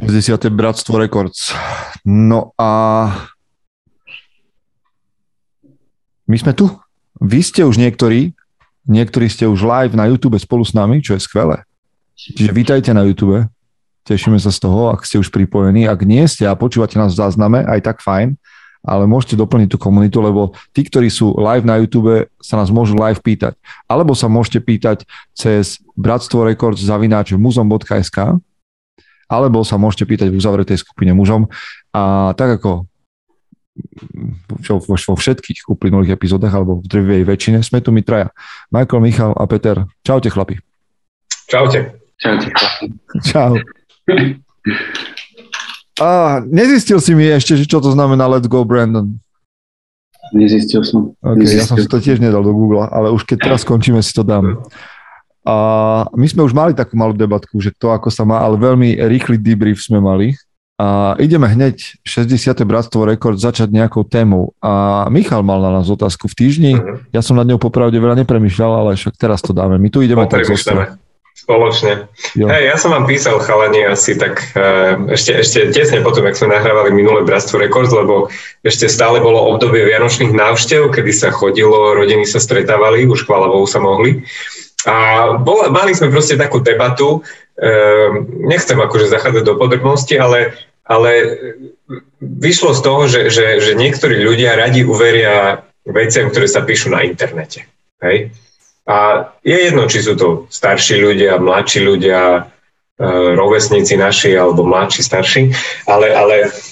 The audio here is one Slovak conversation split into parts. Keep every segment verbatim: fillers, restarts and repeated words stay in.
šesťdesiate Bratstvo Records. No a my sme tu. Vy ste už niektorí, niektorí ste už live na YouTube spolu s nami, čo je skvelé. Čiže vítajte na YouTube. Tešíme sa z toho, ak ste už pripojení. Ak nie ste a počúvate nás v zázname, aj tak fajn, ale môžete doplniť tú komunitu, lebo tí, ktorí sú live na YouTube, sa nás môžu live pýtať. Alebo sa môžete pýtať cez Bratstvo Records zavináč muzom bodka es ká, alebo sa môžete pýtať v uzavretej skupine Mužom. A tak ako vo, vo všetkých uplynulých epizódach, alebo v drvivej väčšine, sme tu my traja. Michael, Michal a Peter. Čaute, chlapi. Čaute. Čaute, chlapi. Čau. A nezistil si mi ešte, že čo to znamená Let's Go Brandon? Nezistil som. Okay, Nezistil. Ja som si to tiež nedal do Google, ale už keď teraz skončíme, si to dám. A my sme už mali takú malú debatku, že to ako sa má, ale veľmi rýchly debrief sme mali. A ideme hneď šesťdesiate Bratstvo Records začať nejakou témou. A Michal mal na nás otázku v týždni. Uh-huh. Ja som nad ňou popravde veľa nepremýšľal, ale však teraz to dáme. My tu ideme tak zostať. Spoločne. Hej, ja som vám písal, chalani, asi tak uh, ešte, ešte tesne potom, jak sme nahrávali minulé Bratstvo Records, lebo ešte stále bolo obdobie vianočných návštev, kedy sa chodilo, rodiny sa stretávali, už chvála Bohu sa mohli. A bol, mali sme proste takú debatu, uh, nechcem akože zachádzať do podrobností, ale, ale vyšlo z toho, že, že, že niektorí ľudia radi uveria veciam, ktoré sa píšu na internete. Hej? A je jedno, či sú to starší ľudia, mladší ľudia, uh, rovesníci naši alebo mladší, starší, ale, ale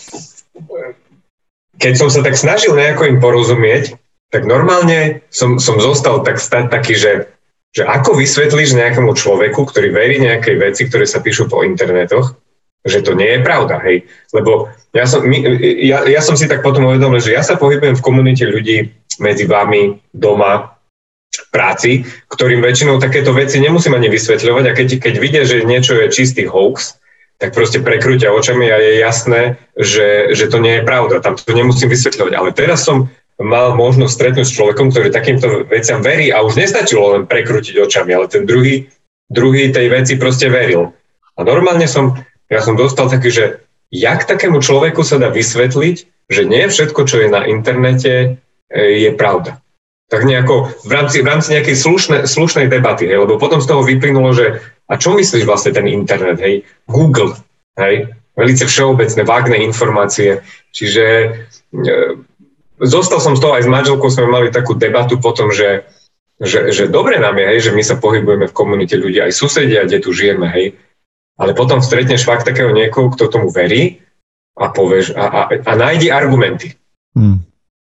keď som sa tak snažil nejako im porozumieť, tak normálne som, som zostal tak stať taký, že že ako vysvetlíš nejakému človeku, ktorý verí nejakej veci, ktoré sa píšu po internetoch, že to nie je pravda, hej. Lebo ja som, my, ja, ja som si tak potom uvedomil, že ja sa pohybujem v komunite ľudí medzi vami, doma, v práci, ktorým väčšinou takéto veci nemusím ani vysvetľovať a keď, keď vidia, že niečo je čistý hoax, tak proste prekrúťa očami a je jasné, že, že to nie je pravda. Tam to nemusím vysvetľovať. Ale teraz som mal možnosť stretnúť s človekom, ktorý takýmto veciam verí a už nestačilo len prekrútiť očami, ale ten druhý, druhý tej veci proste veril. A normálne som, ja som dostal taký, že jak takému človeku sa dá vysvetliť, že nie všetko, čo je na internete, je pravda. Tak nejako v rámci, v rámci nejakej slušnej, slušnej debaty, hej, lebo potom z toho vyplynulo, že a čo myslíš vlastne ten internet, hej? Google, hej? Velice všeobecné, vágne informácie, čiže e, zostal som z toho, aj s manželkou sme mali takú debatu potom, že, že, že dobre nám je, hej, že my sa pohybujeme v komunite ľudí, aj susedia, kde tu žijeme, hej. Ale potom stretneš fakt takého niekoho, kto tomu verí a povieš a, a, a nájdi argumenty. Hmm.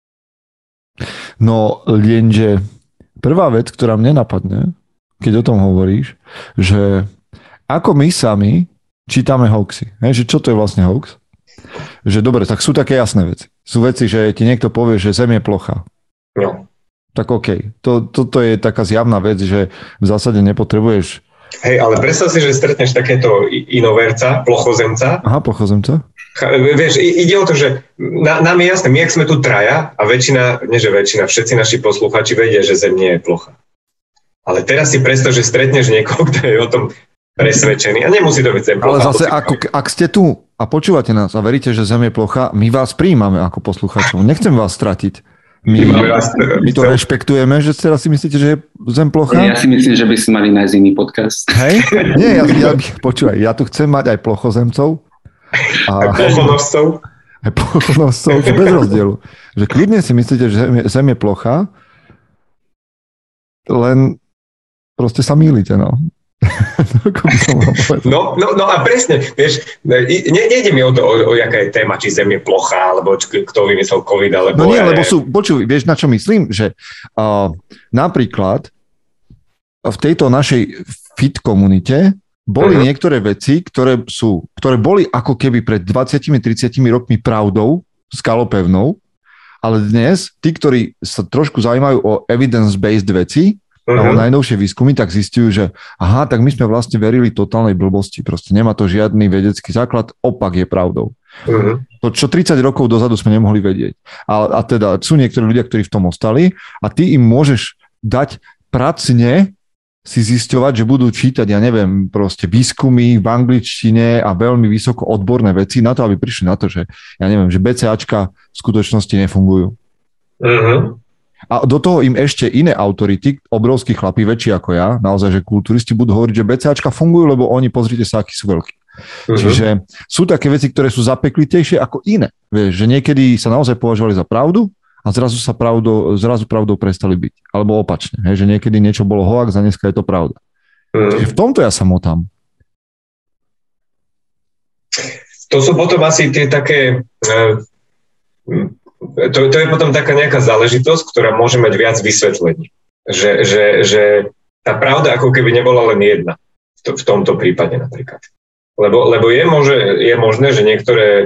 No, lenže prvá vec, ktorá mne napadne, keď o tom hovoríš, že ako my sami čítame hoaxy, hej, že čo to je vlastne hoax? Že dobre, tak sú také jasné veci. Sú veci, že ti niekto povie, že Zem je plochá. No. Tak okej. To, toto je taká zjavná vec, že v zásade nepotrebuješ... Hej, ale predstav si, že stretneš takéto inoverca, plochozemca. Aha, plochozemca. Vieš, ide o to, že na, nám je jasné, my, ak sme tu traja a väčšina, nie že väčšina, všetci naši poslucháči vedia, že Zem nie je plochá. Ale teraz si predstav, že stretneš niekoho, kto je o tom presvedčený. A nemusí to byť Zem plochá. Ale zase, ako, ak ste tu a počúvate nás a veríte, že Zem je plochá, my vás prijímame ako poslucháčov. Nechcem vás stratiť. My, my to rešpektujeme, že teraz si myslíte, že je Zem plochá? Ja si myslím, že by si mali nájsť iný podcast. Hej? Nie, ja, ja, počúvaj, ja tu chcem mať aj plochozemcov. A, aj plochonoscov. Aj plochonoscov, bez rozdielu. Že klidne si myslíte, že Zem je, Zem je plochá, len proste sa mýlite, no. no, no, no a presne, vieš, ne, nejde mi o to, o, o jaká je téma, či Zem je plochá, alebo č, kto vymyslel COVID, alebo... No nie, lebo sú, počuj, vieš, na čo myslím, že uh, napríklad v tejto našej fit komunite boli uh-huh. niektoré veci, ktoré sú, ktoré boli ako keby pred dvadsiatimi tridsiatimi rokmi pravdou, skalopevnou, ale dnes, tí, ktorí sa trošku zaujímajú o evidence-based veci, uh-huh. a o najnovšie výskumy, tak zistujú, že aha, tak my sme vlastne verili totálnej blbosti. Proste nemá to žiadny vedecký základ, opak je pravdou. Uh-huh. To, čo tridsať rokov dozadu sme nemohli vedieť. A, a teda sú niektorí ľudia, ktorí v tom ostali a ty im môžeš dať pracne si zisťovať, že budú čítať, ja neviem, proste výskumy v angličtine a veľmi vysoko odborné veci na to, aby prišli na to, že ja neviem, že BCAčka v skutočnosti nefungujú. Uh-huh. A do toho im ešte iné autority, obrovskí chlapí, väčší ako ja, naozaj, že kulturisti budú hovoriť, že BCAčka fungujú, lebo oni, pozrite sa, akí sú veľkí. Uh-huh. Čiže sú také veci, ktoré sú zapeklitejšie ako iné. Vieš, že niekedy sa naozaj považovali za pravdu a zrazu sa pravdou, zrazu pravdou prestali byť. Alebo opačne, hej, že niekedy niečo bolo hoax a dneska je to pravda. Uh-huh. Čiže v tomto ja sa motám. To sú potom asi tie také... Uh... To, to je potom taká nejaká záležitosť, ktorá môže mať viac vysvetlení. Že, že, že tá pravda ako keby nebola len jedna v, to, v tomto prípade napríklad. Lebo, lebo je, môže, je možné, že niektoré e,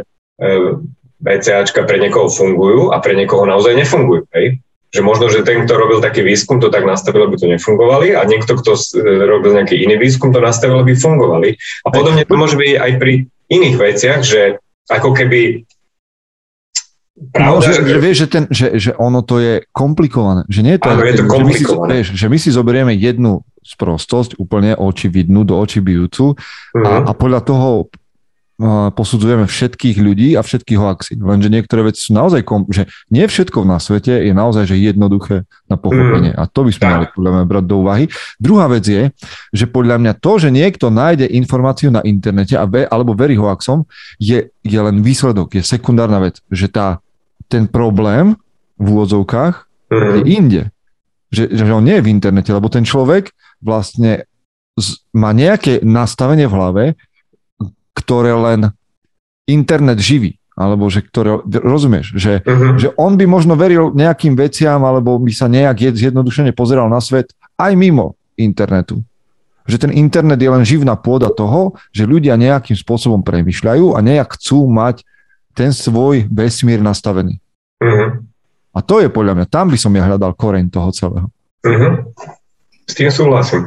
BCAčka pre niekoho fungujú a pre niekoho naozaj nefungujú. Hej? Že možno, že ten, kto robil taký výskum, to tak nastavil, aby to nefungovali a niekto, kto robil nejaký iný výskum, to nastavil, aby fungovali. A podobne to môže byť aj pri iných veciach, že ako keby pravda, no, že, že vieš, že, ten, že, že ono to je komplikované. Že nie je to, áno, je to komplikované. Že my, si, vieš, že my si zoberieme jednu sprostosť, úplne očividnú, do očí bijúcu uh-huh. a, a podľa toho uh, posudzujeme všetkých ľudí a všetkých hoaxí. Lenže niektoré veci sú naozaj, kom, že nie všetko na svete je naozaj že jednoduché na pochopenie. Uh-huh. A to by sme mali podľa mňa brať do úvahy. Druhá vec je, že podľa mňa to, že niekto nájde informáciu na internete a ve, alebo verí hoaxom, je, je len výsledok, je sekundárna vec. Že tá ten problém v úvodzovkách mm. je inde. Že, že on nie je v internete, lebo ten človek vlastne z, má nejaké nastavenie v hlave, ktoré len internet živí. Alebo že ktoré, rozumieš, že, mm-hmm. že on by možno veril nejakým veciam, alebo by sa nejak zjednodušene pozeral na svet aj mimo internetu. Že ten internet je len živná pôda toho, že ľudia nejakým spôsobom premýšľajú a nejak chcú mať ten svoj vesmír nastavený. Uh-huh. A to je podľa mňa, tam by som ja hľadal koreň toho celého. Uh-huh. S tým súhlasím.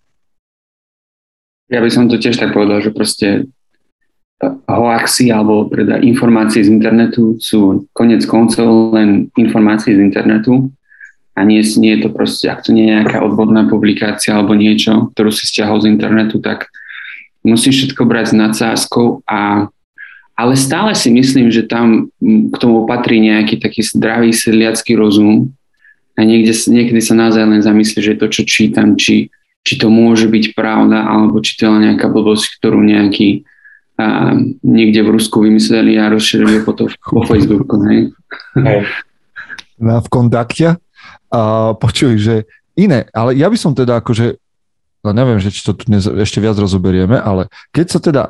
Ja by som to tiež tak povedal, že proste hoaxy alebo teda informácie z internetu sú koniec koncov len informácie z internetu a nie, nie je to proste, ak to nie je nejaká odborná publikácia alebo niečo, ktorú si stiahol z internetu, tak musíš všetko brať s nadsázkou a ale stále si myslím, že tam k tomu patrí nejaký taký zdravý sedliacky rozum a niekde, niekedy sa naozaj len zamyslí, že to, čo čítam, či, či to môže byť pravda, alebo či to je len nejaká blbosť, ktorú nejaký a, niekde v Rusku vymysleli a rozšírili potom po Facebooku. Hej? Hej. Na v kontakte a počuj, že iné, ale ja by som teda akože, neviem, že či to tu dnes ešte viac rozoberieme, ale keď sa teda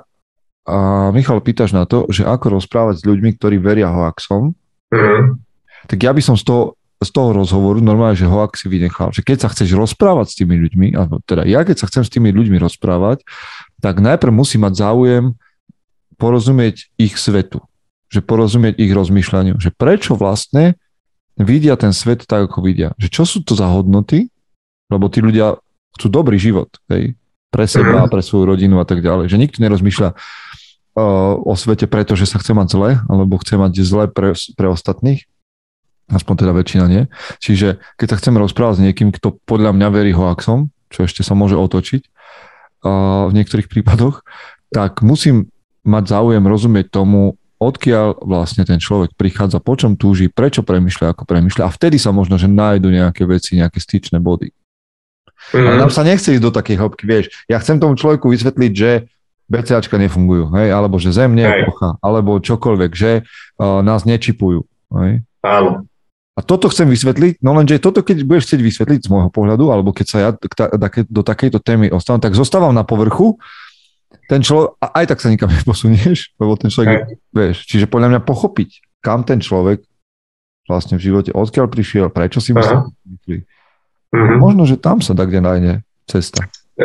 a Michal, pýtaš na to, že ako rozprávať s ľuďmi, ktorí veria hoaxom, mm. tak ja by som z toho, z toho rozhovoru normálne, že hoax si vynechal. Že keď sa chceš rozprávať s tými ľuďmi, alebo teda ja keď sa chcem s tými ľuďmi rozprávať, tak najprv musí mať záujem porozumieť ich svetu. Že porozumieť ich rozmýšľaniu. Že prečo vlastne vidia ten svet tak, ako vidia. Že čo sú to za hodnoty, lebo tí ľudia chcú dobrý život, hej? Pre seba, pre svoju rodinu a tak ďalej. Že nikto nerozmýšľa uh, o svete preto, že sa chce mať zle, alebo chce mať zle pre, pre ostatných. Aspoň teda väčšina nie. Čiže keď sa chceme rozprávať s niekým, kto podľa mňa verí hoaxom, čo ešte sa môže otočiť uh, v niektorých prípadoch, tak musím mať záujem rozumieť tomu, odkiaľ vlastne ten človek prichádza, po čom túži, prečo premýšľa, ako premýšľa. A vtedy sa možno, že nájdu nejaké veci, nejaké styčné body. Mm. Ale nám sa nechce ísť do takej hĺbky, vieš. Ja chcem tomu človeku vysvetliť, že BCAčka nefungujú, hej, alebo že Zem nie je plocha, alebo čokoľvek, že uh, nás nečipujú. Hej. Áno. A toto chcem vysvetliť, no lenže toto, keď budeš chcieť vysvetliť z môjho pohľadu, alebo keď sa ja do takejto témy ostanem, tak zostávam na povrchu, ten človek, a aj tak sa nikam neposunieš, lebo ten človek, vieš, čiže podľa mňa pochopiť, kam ten človek vlastne v živote, odkiaľ prišiel, prečo si myslí. Mm-hmm. Možno, že tam sa tak kde nájde cesta.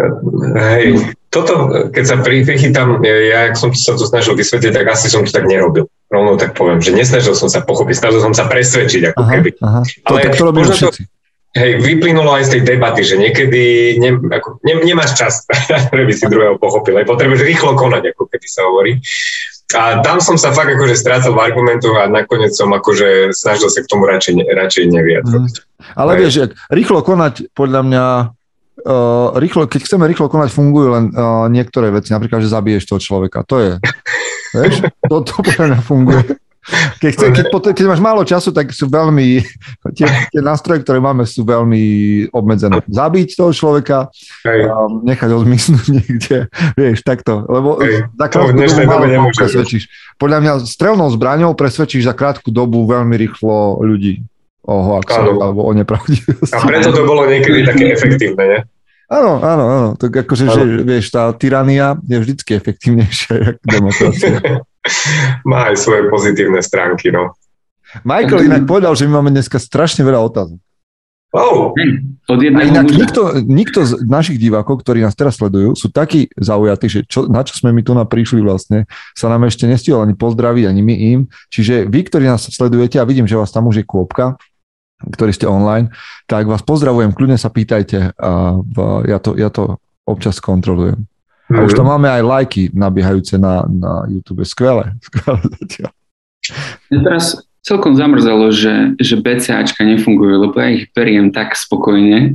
Hej, toto, keď sa prichytám, ja, ak som sa to snažil vysvetliť, tak asi som to tak nerobil. Rovno tak poviem, že nesnažil som sa pochopiť, snažil som sa presvedčiť, ako aha, keby. Aha. Ale to, tak to robíme všetci. Hej, vyplynulo aj z tej debaty, že niekedy ne, ako, ne, nemáš čas, aby si druhého pochopil. Aj potrebuješ rýchlo konať, ako keby sa hovorí. A tam som sa fakt akože strácal v argumentoch a nakoniec som akože snažil sa k tomu radšej, radšej nevyjadrovať. Mm. Ale aj. Vieš, rýchlo konať podľa mňa uh, rýchlo, keď chceme rýchlo konať, fungujú len uh, niektoré veci, napríklad, že zabiješ toho človeka. To je, vieš, to, to podľa mňa funguje. Keď, chce, keď, keď máš málo času, tak sú veľmi, tie, tie nástroje, ktoré máme, sú veľmi obmedzené. Zabiť toho človeka, um, nechať ho zmiznúť niekde, vieš, takto. Lebo Hej. za krátku dobu málo presvedčíš. Podľa mňa strelnou zbraňou presvedčíš za krátku dobu veľmi rýchlo ľudí o hoaxoch alebo o nepravdivosti. A preto to bolo niekedy také efektívne, nie? Áno, áno, áno. Tak akože, že, vieš, tá tyrania je vždycky efektívnejšia ako demokracia. Má aj svoje pozitívne stránky, no. Michael inak povedal, že my máme dneska strašne veľa otázok. Oh. Od A inak nikto, nikto z našich divákov, ktorí nás teraz sledujú, sú takí zaujatí, že čo, na čo sme my tu prišli vlastne, sa nám ešte nestihol ani pozdraviť, ani my im. Čiže vy, ktorí nás sledujete, a vidím, že vás tam už je kôpka, ktorí ste online, tak vás pozdravujem, kľudne sa pýtajte. A ja, to, ja to občas kontrolujem. A už tam máme aj lajky nabiehajúce na, na YouTube. Skvelé. Skvelé zatiaľ. Ja teraz celkom zamrzelo, že, že BCAčka nefungujú, lebo ja ich beriem tak spokojne.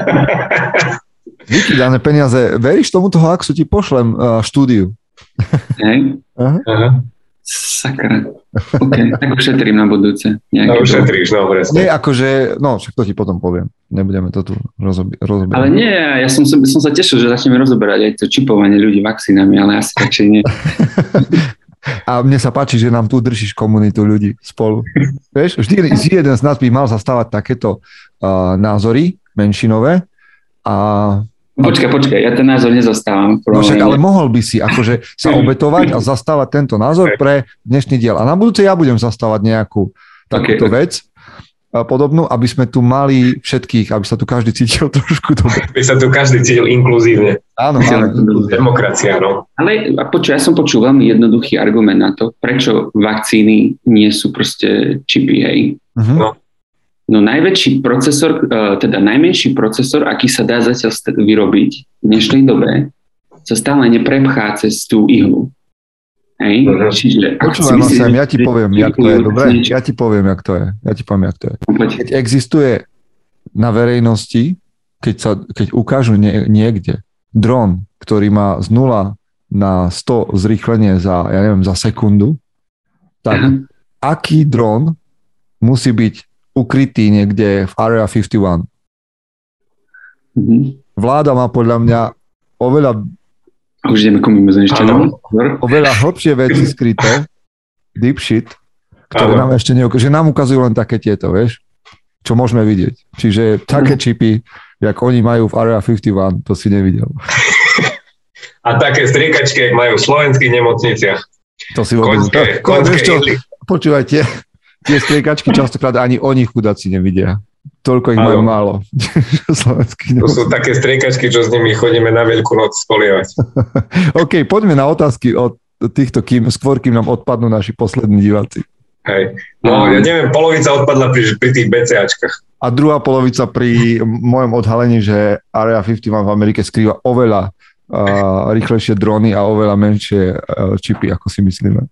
Díky, dané peniaze. Veríš tomuto hoaxu? Ti pošlem uh, štúdiu. Hej? Aha. Aha. Sakra. OK, tak ušetrím na budúce. No ušetríš, no presne. Nie, akože, no však to ti potom poviem. Nebudeme to tu rozobi- rozoberať. Ale nie, ja som, som sa tešil, že začneme rozoberať aj to čipovanie ľudí vakcínami, ale asi radšej nie. A mne sa páči, že nám tu držíš komunitu ľudí spolu. Vieš, vždy jeden z nás by mal zastávať takéto uh, názory menšinové a Počkaj, počkaj, ja ten názor nezastávam. No však, ale mohol by si akože sa obetovať a zastávať tento názor pre dnešný diel. A na budúce ja budem zastávať nejakú takúto okay, vec okay. podobnú, aby sme tu mali všetkých, aby sa tu každý cítil trošku dobre. Aby sa tu každý cítil inkluzívne. Áno, áno. Demokracia, no. Ale počuj, ja som počul veľmi jednoduchý argument na to, prečo vakcíny nie sú proste čipy, hej. Uh-huh. No. No najväčší procesor, teda najmenší procesor, aký sa dá zatiaľ vyrobiť v dnešnej dobe, sa stále neprepchá cez tú ihlu. Hej? Uh-huh. Čiže... Počúvaj ma sem, ja ti poviem, jak to je, dobre? Ja ti poviem, jak to je. Ja ti poviem, jak to je. Keď existuje na verejnosti, keď, sa, keď ukážu nie, niekde dron, ktorý má z nula na sto zrýchlenie za, ja neviem, za sekundu, tak uh-huh. aký dron musí byť ukrytý niekde v Area päťdesiatjeden. Mm-hmm. Vláda má podľa mňa oveľa už ideme komu mimozemšťanom. Oveľa hlbšie veci skryté, deep shit, ktoré nám ešte neukazujú. Že nám ukazujú len také tieto, vieš, čo môžeme vidieť. Čiže také čipy, jak oni majú v Area päťdesiatjeden, to si nevidel. A také striekačky, jak majú v slovenských nemocniciach. To si vôbec... Konské, konské počúvajte, tie striekačky častokrát ani oni chudáci nevidia. Toľko ich majú málo. To sú také striekačky, čo s nimi chodíme na Veľkú noc spolievať. OK, poďme na otázky od týchto, kým, skôr kým nám odpadnú naši poslední diváci. Hej. No, ja neviem, polovica odpadla pri, pri tých BCAčkách. A druhá polovica pri mojom odhalení, že Area päťdesiatjeden v Amerike skrýva oveľa uh, rýchlejšie drony a oveľa menšie uh, čipy, ako si myslíme.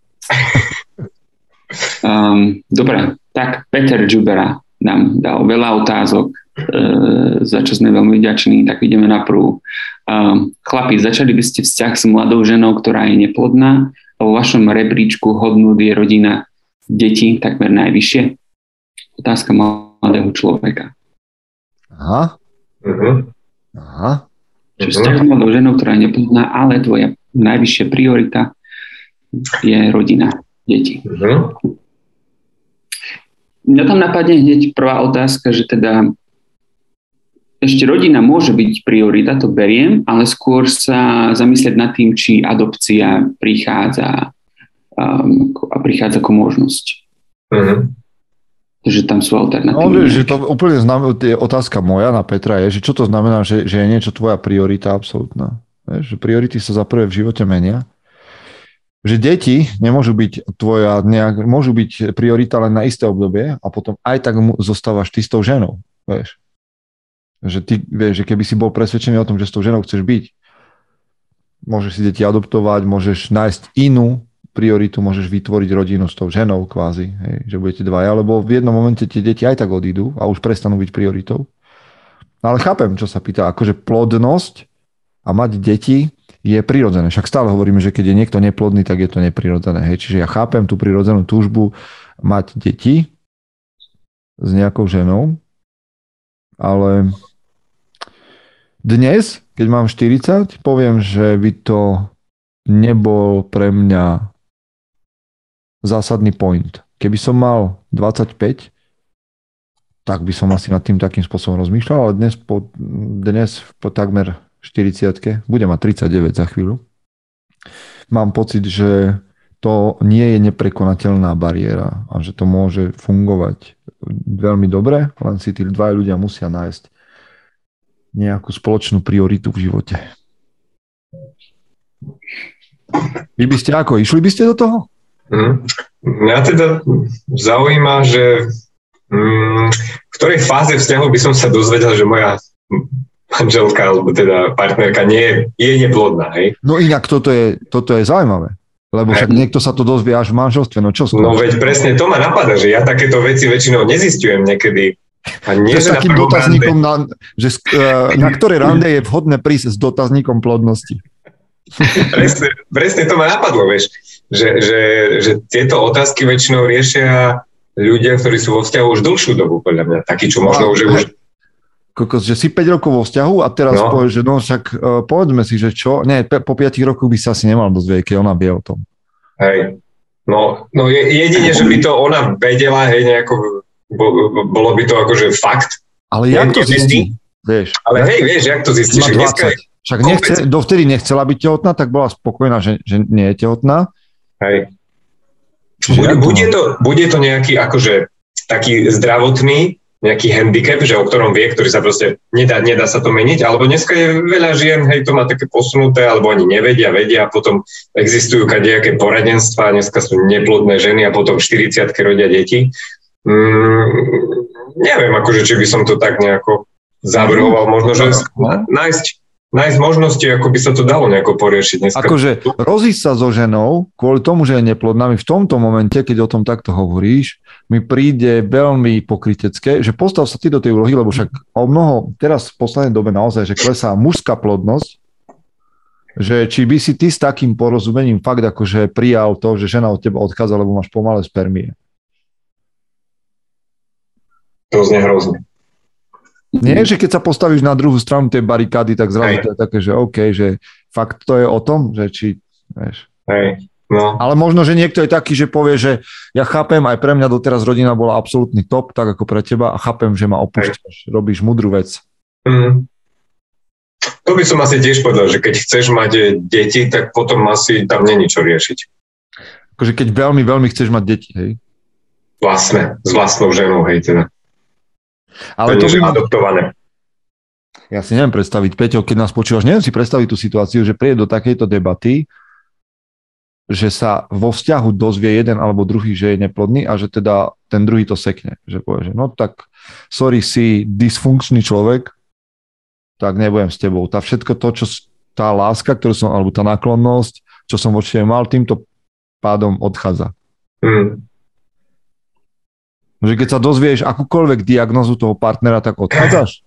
Um, dobre, tak Peter Žubera nám dal veľa otázok, e, za čo sme veľmi vďační, tak ideme na prvú. Um, chlapi, začali by ste vzťah s mladou ženou, ktorá je neplodná, a vo vašom rebríčku hodnôt je rodina, deti takmer najvyššie? Otázka mladého človeka. Aha. Uh-huh. Aha. Čiže vzťah s mladou ženou, ktorá je neplodná, ale tvoja najvyššia priorita je rodina. Deti. Uh-huh. Mňa tam napadne hneď prvá otázka, že teda ešte rodina môže byť priorita, to beriem, ale skôr sa zamyslieť nad tým, či adopcia prichádza um, a prichádza ako možnosť. Uh-huh. Takže tam sú alternatívy. No, že to úplne znamená, otázka moja na Petra je, že čo to znamená, že, že je niečo tvoja priorita absolútna. Že priority sa za prvé v živote menia. Že deti nemôžu byť tvoja nejak, môžu byť priorita len na isté obdobie a potom aj tak zostávaš ty s tou ženou, vieš. Že ty, vieš, že keby si bol presvedčený o tom, že s tou ženou chceš byť, môžeš si deti adoptovať, môžeš nájsť inú prioritu, môžeš vytvoriť rodinu s tou ženou kvázi, hej, že budete dvaja, lebo v jednom momente tie deti aj tak odídu a už prestanú byť prioritou. Ale chápem, čo sa pýta. Akože plodnosť a mať deti je prirodzené. Však stále hovoríme, že keď je niekto neplodný, tak je to neprirodzené. Hej. Čiže ja chápem tú prirodzenú túžbu mať deti s nejakou ženou, ale dnes, keď mám štyridsať, poviem, že by to nebol pre mňa zásadný point. Keby som mal dvadsaťpäť, tak by som asi nad tým takým spôsobom rozmýšľal, ale dnes po, dnes po takmer štyridsiatke, budem mať tridsaťdeväť za chvíľu, mám pocit, že to nie je neprekonateľná bariéra a že to môže fungovať veľmi dobre, len si tí dva ľudia musia nájsť nejakú spoločnú prioritu v živote. Vy by ste ako? Išli by ste do toho? Hmm. Mňa teda zaujíma, že hmm, v ktorej fáze vzťahu by som sa dozvedel, že moja manželka alebo teda partnerka nie je, je neplodná, hej? No inak toto je, toto je zaujímavé, lebo však niekto sa to dozvie až v manželstve, no čo skôr? No veď presne to ma napadá, že ja takéto veci väčšinou nezistujem niekedy. A nie, s takým dotazníkom, na, že, na ktoré rande je vhodné prísť s dotazníkom plodnosti. Presne, presne to ma napadlo, vieš, že, že, že tieto otázky väčšinou riešia ľudia, ktorí sú vo vzťahu už dlhšiu dobu, podľa mňa. Takí, čo možno už... už... Kokos, že si päť rokov vo vzťahu a teraz no. povieš, že no však uh, povedzme si, že čo? Nie, po piatich rokoch by sa asi nemal dozvedieť, keď ona vie o tom. Hej. No, no jedine, že by to ona vedela, hej, nejako, bolo by to akože fakt. Ale jak to zistí? Vieš, Ale hej, vieš, jak to zistíš? Však nechce, dovtedy nechcela byť tehotná, tak bola spokojná, že, že nie je tehotná. Hej. Bude, bude, to, bude to nejaký akože taký zdravotný, nejaký handicap, že o ktorom vie, ktorý sa proste nedá, nedá sa to meniť, alebo dneska je veľa žien, hej, to má také posunuté, alebo ani nevedia, vedia, a potom existujú kadejaké poradenstva, dneska sú neplodné ženy a potom v štyridsiatke rodia deti. Mm, neviem, akože, či by som to tak nejako zavrhoval, možno, že nájsť nájsť možnosti, ako by sa to dalo nejako poriešiť dneska. Akože rozísť sa so ženou kvôli tomu, že je neplodná, mi v tomto momente, keď o tom takto hovoríš, mi príde veľmi pokrytecké, že postav sa ty do tej úlohy, lebo však o mnoho, teraz v poslednej dobe naozaj, že klesá mužská plodnosť, že či by si ty s takým porozumením fakt akože prijal to, že žena od teba odchádza, lebo máš pomalé spermie. To znie hrozne. Nie, že keď sa postavíš na druhú stranu tej barikády, tak zrazu Hej. to je také, že OK, že fakt to je o tom, že či, vieš. Hej, no. Ale možno, že niekto je taký, že povie, že ja chápem, aj pre mňa doteraz rodina bola absolútny top, tak ako pre teba, a chápem, že ma opúšťaš, robíš mudrú vec. Mm. To by som asi tiež povedal, že keď chceš mať deti, tak potom asi tam není čo riešiť. Akože keď veľmi, veľmi chceš mať deti, hej? Vlastné, s vlastnou ženou, hej, teda. Ale to, to by ma... adoptované. Ja si neviem predstaviť, Peťo, keď nás počúvaš, neviem si predstaviť tú situáciu, že príde do takejto debaty, že sa vo vzťahu dozvie jeden alebo druhý, že je neplodný a že teda ten druhý to sekne. Že povie, že no tak sorry, si dysfunkčný človek, tak nebudem s tebou. Tá všetko to, čo tá láska, ktorú som, alebo tá náklonnosť, čo som voči mal, týmto pádom odchádza. Mm. Že keď sa dozvieš akúkoľvek diagnozu toho partnera, tak odchádzaš?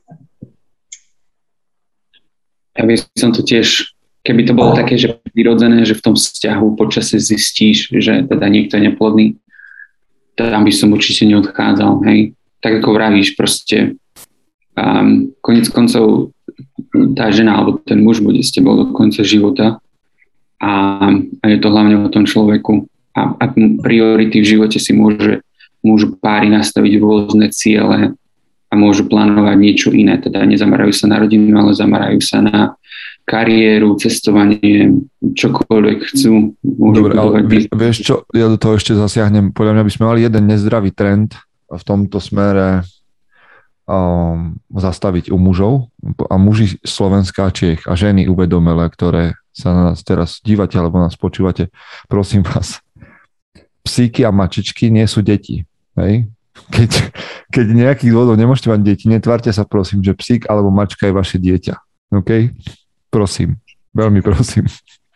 Ja by som to tiež, keby to bolo také, že prirodzené, že v tom vzťahu počasie zistíš, že teda niekto je neplodný, tam by som určite neodchádzal, hej. Tak ako vravíš, proste um, koniec koncov tá žena alebo ten muž bude s tebou do konca života a, a je to hlavne o tom človeku a, a priority v živote si môže môžu páry nastaviť rôzne ciele a môžu plánovať niečo iné. Teda nezamerajú sa na rodinu, ale zamerajú sa na kariéru, cestovanie, čokoľvek chcú. Dobre, ale vieš čo, ja do toho ešte zasiahnem. Podľa mňa by sme mali jeden nezdravý trend v tomto smere um, zastaviť u mužov. A muži Slovenska, Čiech a ženy uvedomelé, ktoré sa na nás teraz dívate alebo nás počúvate, prosím vás, psíky a mačičky nie sú deti. Hej? Keď, keď nejakých dôvodov nemôžete mať deti, netvárte sa prosím, že psík alebo mačka je vaše dieťa. OK? Prosím. Veľmi prosím.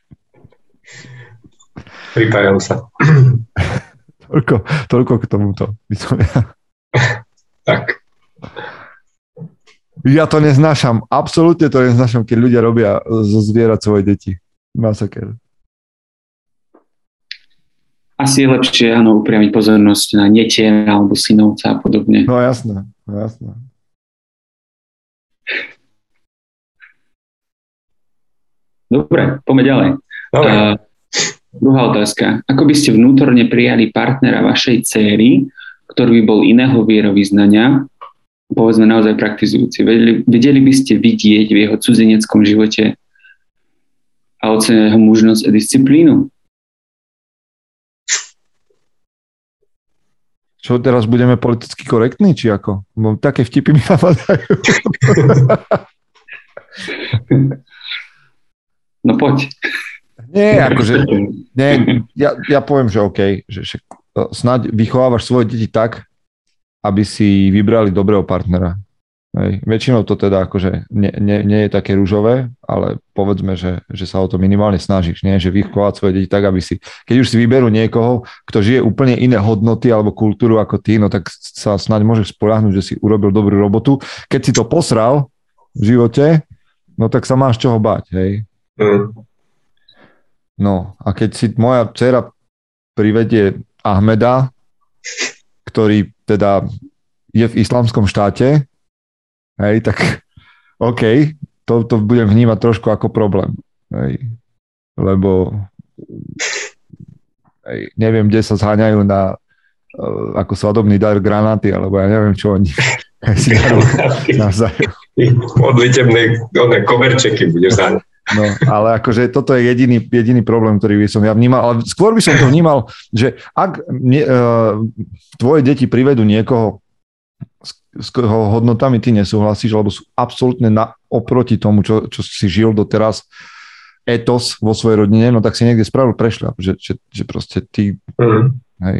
Pripájam sa. toľko, toľko k tomuto. Tak. Ja to neznášam, absolútne to neznášam, keď ľudia robia zo zvierat svoje deti. Masaker. Asi je lepšie, áno, upriamiť pozornosť na netiera alebo synovca a podobne. No jasné, no jasné. Dobre, poďme ďalej. Dobre. Uh, druhá otázka. Ako by ste vnútorne prijali partnera vašej dcéry, ktorý by bol iného vierovyznania, povedzme naozaj praktizujúci? Vedeli, vedeli by ste vidieť v jeho cudzineckom živote a oceniť jeho mužnosť a disciplínu? Čo teraz budeme politicky korektní, či ako? Bo také vtipy mi napadajú. No poď. Nie, akože, nie, ja, ja poviem, že OK, že, že snáď vychovávaš svoje deti tak, aby si vybrali dobrého partnera. Hej. Väčšinou to teda akože nie, nie, nie je také ružové, ale povedzme, že, že sa o to minimálne snažíš, nie? Že vychovať svoje deti tak, aby si, keď už si vyberú niekoho, kto žije úplne iné hodnoty alebo kultúru ako ty, no tak sa snáď môžeš spoľahnúť, že si urobil dobrú robotu. Keď si to posral v živote, no tak sa máš čoho báť, hej. Mm. No a keď si moja dcera privedie Ahmeda, ktorý teda je v islamskom štáte, hej, tak OK, to, to budem vnímať trošku ako problém, hej, lebo hej, neviem, kde sa zháňajú na uh, ako svadobný dar granáty, alebo ja neviem, čo oni si dajú navzájom. Odlitebné koberčeky budeš zháňať. No, ale akože toto je jediný, jediný problém, ktorý by som ja vnímal, ale skôr by som to vnímal, že ak ne, uh, tvoje deti privedú niekoho, s, s koho hodnotami ty nesúhlasíš, alebo sú absolútne na, oproti tomu, čo, čo si žil doteraz, etos vo svojej rodine, no tak si niekde spravil prešľap, že, že, že proste ty mm. hej,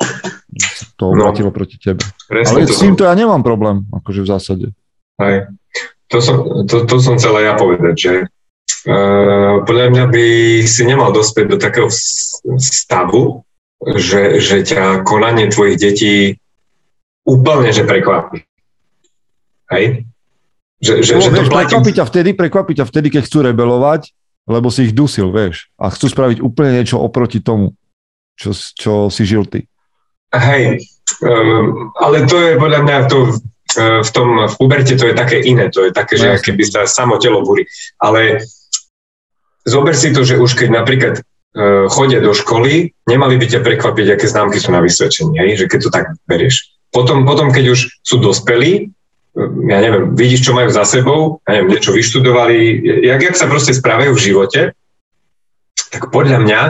to obratilo no, proti tebe. Ale s týmto som... ja nemám problém, akože v zásade. Hej. To som, to, to som chcel aj ja povedať, že Uh, podľa mňa by si nemal dospieť do takého stavu, že, že ťa konanie tvojich detí úplne že prekvapí. Hej? Že, že, no, že vieš, to platí... prekvapí ťa vtedy, prekvapí ťa vtedy, keď chcú rebelovať, lebo si ich dusil, vieš. A chcú spraviť úplne niečo oproti tomu, čo, čo si žil ty. Hej, um, ale to je podľa mňa to... v tom v puberte to je také iné, to je také, že keby sa samo telo búri. Ale zober si to, že už keď napríklad uh, chodia do školy, nemali by ťa prekvapiť, aké známky sú na vysvedčení, hej? Že keď to tak berieš. Potom, potom, keď už sú dospelí, ja neviem, vidíš, čo majú za sebou, ja neviem, niečo vyštudovali, jak, jak sa proste správajú v živote, tak podľa mňa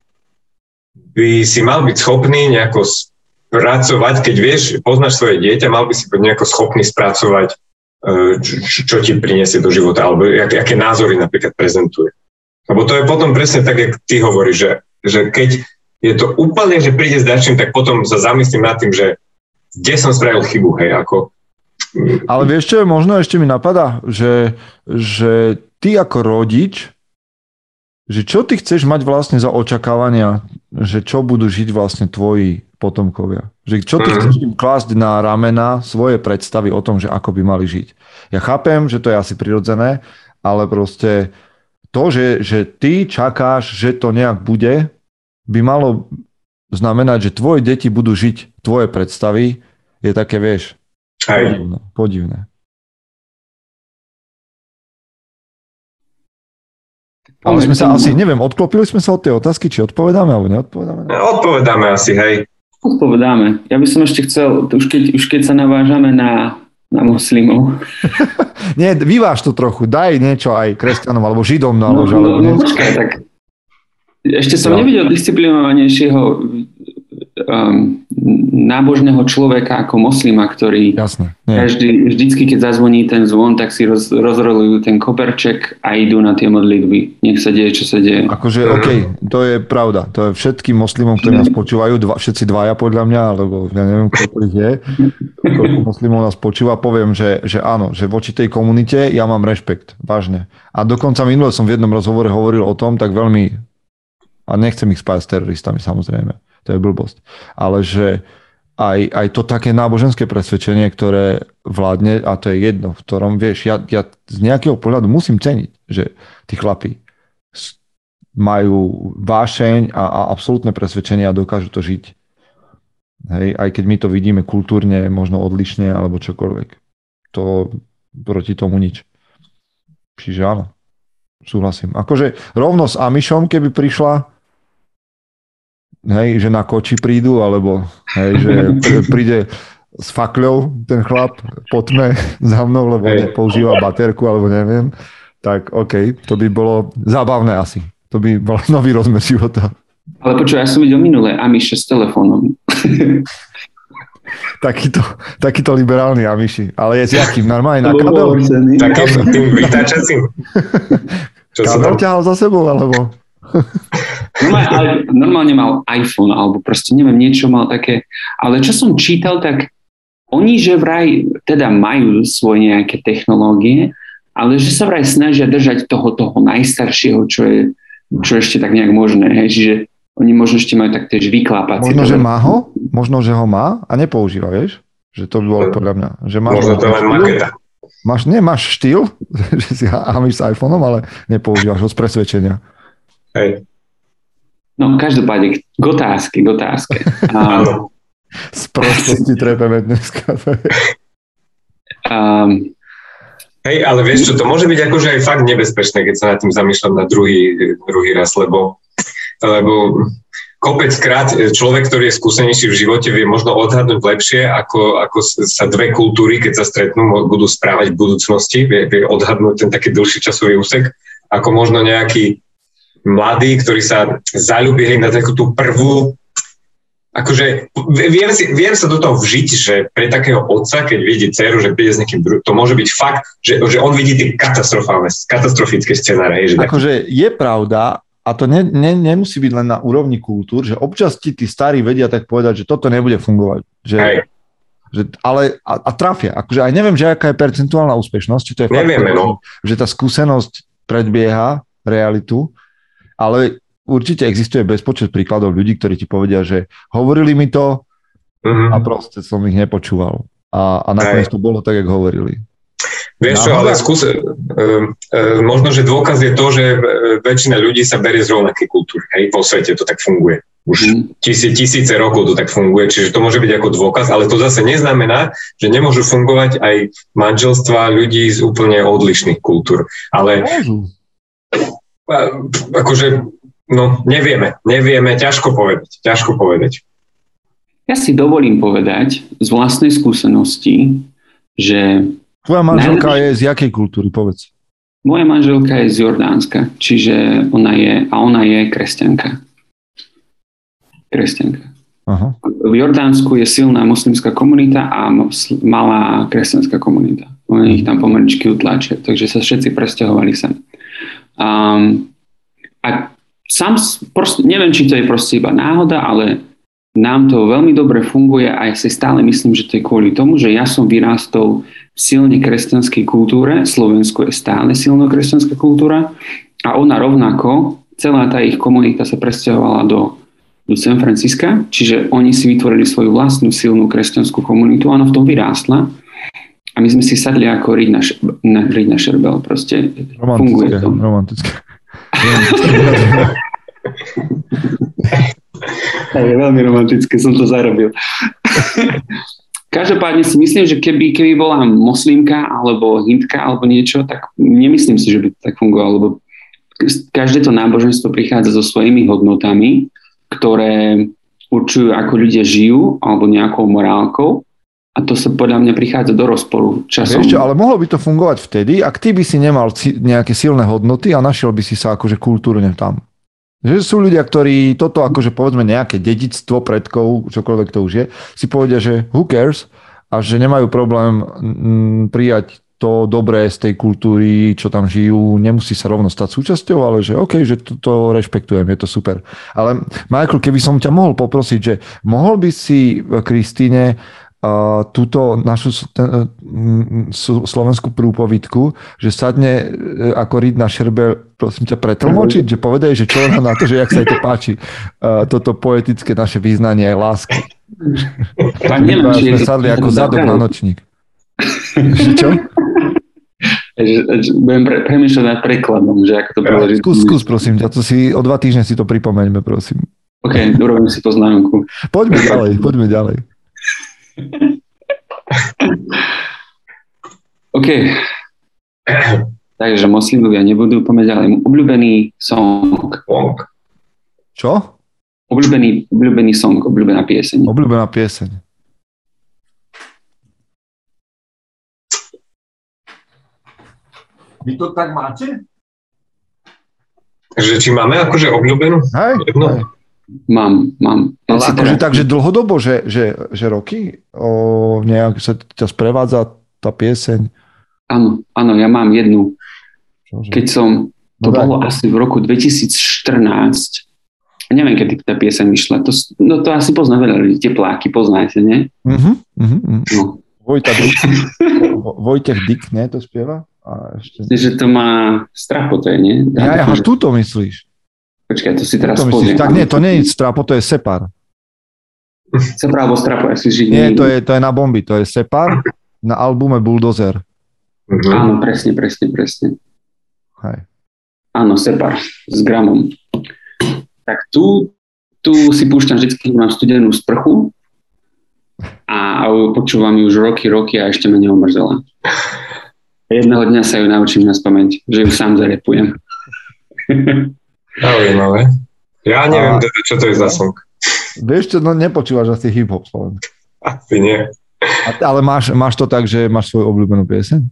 by si mal byť schopný nejako spracovať, keď vieš, poznáš svoje dieťa, mal by si byť nejako schopný spracovať, čo, čo ti priniesie do života, alebo aké, aké názory napríklad prezentuje. Lebo to je potom presne tak, jak ty hovoríš, že, že keď je to úplne, že príde s dačím, tak potom sa zamyslím nad tým, že kde som spravil chybu, hej, ako... Ale vieš, čo je možno, ešte mi napadá, že, že ty ako rodič, že čo ty chceš mať vlastne za očakávania, že čo budú žiť vlastne tvoji potomkovia. Že čo ty chceš im klásť na ramena svoje predstavy o tom, že ako by mali žiť. Ja chápem, že to je asi prirodzené, ale proste to, že, že ty čakáš, že to nejak bude, by malo znamenať, že tvoje deti budú žiť tvoje predstavy, je také, vieš, podivné. podivné. Ale sme sa asi, neviem, odklopili sme sa od tej otázky, či odpovedáme, alebo neodpovedáme? Odpovedáme asi, hej. Odpovedáme. Ja by som ešte chcel, už keď, už keď sa navážame na, na muslimov. Nie, vyváž to trochu, daj niečo aj kresťanom, alebo židom, no, no, alebo, no, no počkaj, tak ešte som no. nevidel disciplinovanejšieho um, nábožného človeka ako moslima, ktorý Jasne, každý, vždycky, keď zazvoní ten zvon, tak si roz, rozrolujú ten koberček a idú na tie modlitby. Nech sa deje, čo sa deje. Akože, OK, to je pravda. To je všetkým moslimom, ktorí nás počúvajú, dva, všetci dvaja podľa mňa, alebo ja neviem, koľko ich je, koľko moslimov nás počúva, poviem, že, že áno, že voči tej komunite ja mám rešpekt, vážne. A dokonca minule som v jednom rozhovore hovoril o tom, tak veľmi, a nechcem ich spájať s teroristami, samozrejme, to je blbosť, ale že aj, aj to také náboženské presvedčenie, ktoré vládne, a to je jedno, v ktorom, vieš, ja, ja z nejakého pohľadu musím ceniť, že tí chlapi majú vášeň a, a absolútne presvedčenie a dokážu to žiť. Hej, aj keď my to vidíme kultúrne, možno odlišne, alebo čokoľvek. To proti tomu nič. Čiže áno, súhlasím. Akože rovno s Amišom, keby prišla, hej, že na koči prídu, alebo hej, že príde s fakľou ten chlap po tme za mnou, lebo nepoužíva baterku, alebo neviem, tak OK, to by bolo zábavné asi. To by bol nový rozmer života. Ale počuj, ja som videl minulé Amiše s telefónom. takýto, takýto liberálny Amiši. Ale je s jakým? Normálne na kabel? Takým tým vytáčacím. Kabel ťahal za sebou, alebo... normálne, ale normálne mal iPhone, alebo proste neviem, niečo mal také. Ale čo som čítal, tak oni, že vraj teda majú svoje nejaké technológie, ale že sa vraj snažia držať toho, toho najstaršieho, čo je čo ešte tak nejak možné, hej, čiže oni možno ešte majú tak tiež vyklápať. Možno, že má ho, možno, že ho má a nepoužíva, vieš? Že to by bolo podľa mňa. Že máš možno to len maketa. Máš, nie, máš štýl, že si Amiš s iPhoneom, ale nepoužívaš ho z presvedčenia. Hej. No, každopádne, k otázke, k otázke. Áno. Z prostosti trepeme dneska. um, Hej, ale vieš čo, to môže byť akože aj fakt nebezpečné, keď sa nad tým zamýšľam na druhý, druhý raz, lebo, lebo kopeckrát človek, ktorý je skúsenejší v živote, vie možno odhadnúť lepšie, ako, ako sa dve kultúry, keď sa stretnú, budú správať v budúcnosti, vie, vie odhadnúť ten taký dlhší časový úsek, ako možno nejaký mladý, ktorý sa zaľúbi hej, na takú tú prvú. Akože viem, si, viem sa do toho vžiť, že pre takého otca, keď vidí dceru, že príde s niekým druhým, to môže byť fakt, že, že on vidí tie katastrofálne, katastrofické scenáre. Akože je pravda, a to ne, ne, nemusí byť len na úrovni kultúr, že občas ti tí starí vedia tak povedať, že toto nebude fungovať. Že, že, ale a, a trafia. Akože aj neviem, že aká je percentuálna úspešnosť, či to je fakt, Nevieme, no. že tá skúsenosť predbieha realitu, ale určite existuje bezpočet príkladov ľudí, ktorí ti povedia, že hovorili mi to mm-hmm. a proste som ich nepočúval. A, a nakoniec to bolo tak, jak hovorili. Vieš čo, ale skús, e, e, možno, že dôkaz je to, že väčšina ľudí sa berie z rovnakej kultúry. Hej, vo svete to tak funguje. Už mm. tisíce, tisíce rokov to tak funguje, čiže to môže byť ako dôkaz, ale to zase neznamená, že nemôžu fungovať aj manželstva ľudí z úplne odlišných kultúr. Ale a, akože no, nevieme, nevieme, ťažko povedať, ťažko povedať. Ja si dovolím povedať z vlastnej skúsenosti, že... Tvoja manželka najlepšie... je z jakej kultúry, povedz? Moja manželka je z Jordánska, čiže ona je, a ona je kresťanka. Kresťanka. Aha. V Jordánsku je silná moslimská komunita a malá kresťanská komunita. Oni ich tam pomaličky utláčia, takže sa všetci presťahovali sem. Um, a Sam, proste, neviem, či to je proste iba náhoda, ale nám to veľmi dobre funguje a ja si stále myslím, že to je kvôli tomu, že ja som vyrástol v silne kresťanskej kultúre, Slovensko je stále silná kresťanská kultúra a ona rovnako, celá tá ich komunita sa presťahovala do, do San Francisca, čiže oni si vytvorili svoju vlastnú silnú kresťanskú komunitu a ona v tom vyrástla a my sme si sadli ako riť na, na, riť na šerbel, proste funguje to. Romantické. Je veľmi romantické, som to zarobil. Každopádne si myslím, že keby, keby bola moslimka alebo hindka alebo niečo, tak nemyslím si, že by to tak fungovalo, lebo každé to náboženstvo prichádza so svojimi hodnotami, ktoré určujú, ako ľudia žijú alebo nejakou morálkou. A to sa podľa mňa prichádza do rozporu časom. Ešte, ale mohlo by to fungovať vtedy, ak ty by si nemal nejaké silné hodnoty a našiel by si sa akože kultúrne tam. Že sú ľudia, ktorí toto akože povedzme nejaké dedičstvo predkov, čokoľvek to už je, si povedia, že who cares a že nemajú problém m, prijať to dobré z tej kultúry, čo tam žijú, nemusí sa rovno stať súčasťou, ale že OK, že to, to rešpektujem, je to super. Ale Michael, keby som ťa mohol poprosiť, že mohol by si Kristine Uh, túto našu ten, uh, slovenskú prúpovidku, že sadne uh, ako riť na šerbel, prosím ťa, pretlmočiť, že povedaj, že čo ona na to, že jak sa jej to páči, uh, toto poetické naše význanie aj lásky. A neviem, či sme sadli ako zadok na nočník. Čo? Budem pre, premýšľať nad prekladom, že ako to preložiť. Skús, skús, prosím ťa, to si o dva týždne si to pripomeňme, prosím. OK, urobím si poznámku. Poďme ďalej, poďme ďalej. OK. Takže moslimovia nebudú, poďme ďalej. Obľúbený song. Song. Čo? Obľúbený, obľúbený song, obľúbená pieseň. Obľúbená pieseň. Vy to tak máte? Že či máme akože obľúbenú? Hej, hej. Mám, mám. Ale ja akože tak, že dlhodobo, že, že, že roky o, nejak sa ťa sprevádza tá pieseň? Áno, áno, ja mám jednu. Čože? Keď som, to no, bolo tak. Asi v roku dvetisícštrnásť, neviem, kedy tá pieseň vyšla, to, no to asi pozná veľa ľudí, Tepláky, poznáte, nie? Uh-huh, uh-huh. No. Vojta Dyk, Vojtech Dyk, ne, to spieva? A ešte... Že to má Strapo, to je, nie? Ja, ja, až túto myslíš. Počkaj, to si teraz pozriem. Tak nie, to nie je Strapo, to je Separ. Separ alebo Strapo, ja si žiť nie. Nie, to je, to je na bomby, to je Separ na albume Bulldozer. Uh-huh. Áno, presne, presne, presne. Hej. Áno, Separ s Gramom. Tak tu, tu si púšťam vždy, keď mám studenú sprchu a počúvam ju už roky, roky a ešte ma neomrzela. Jedného dňa sa ju naučím na spomeň, že ju sám zarepujem. Zaujímavé. Ja neviem, a... teda, čo to je za song. Vieš čo, no nepočúvaš asi hip-hop Slovensk. Asi nie. A, ale máš, máš to tak, že máš svoju obľúbenú pieseň?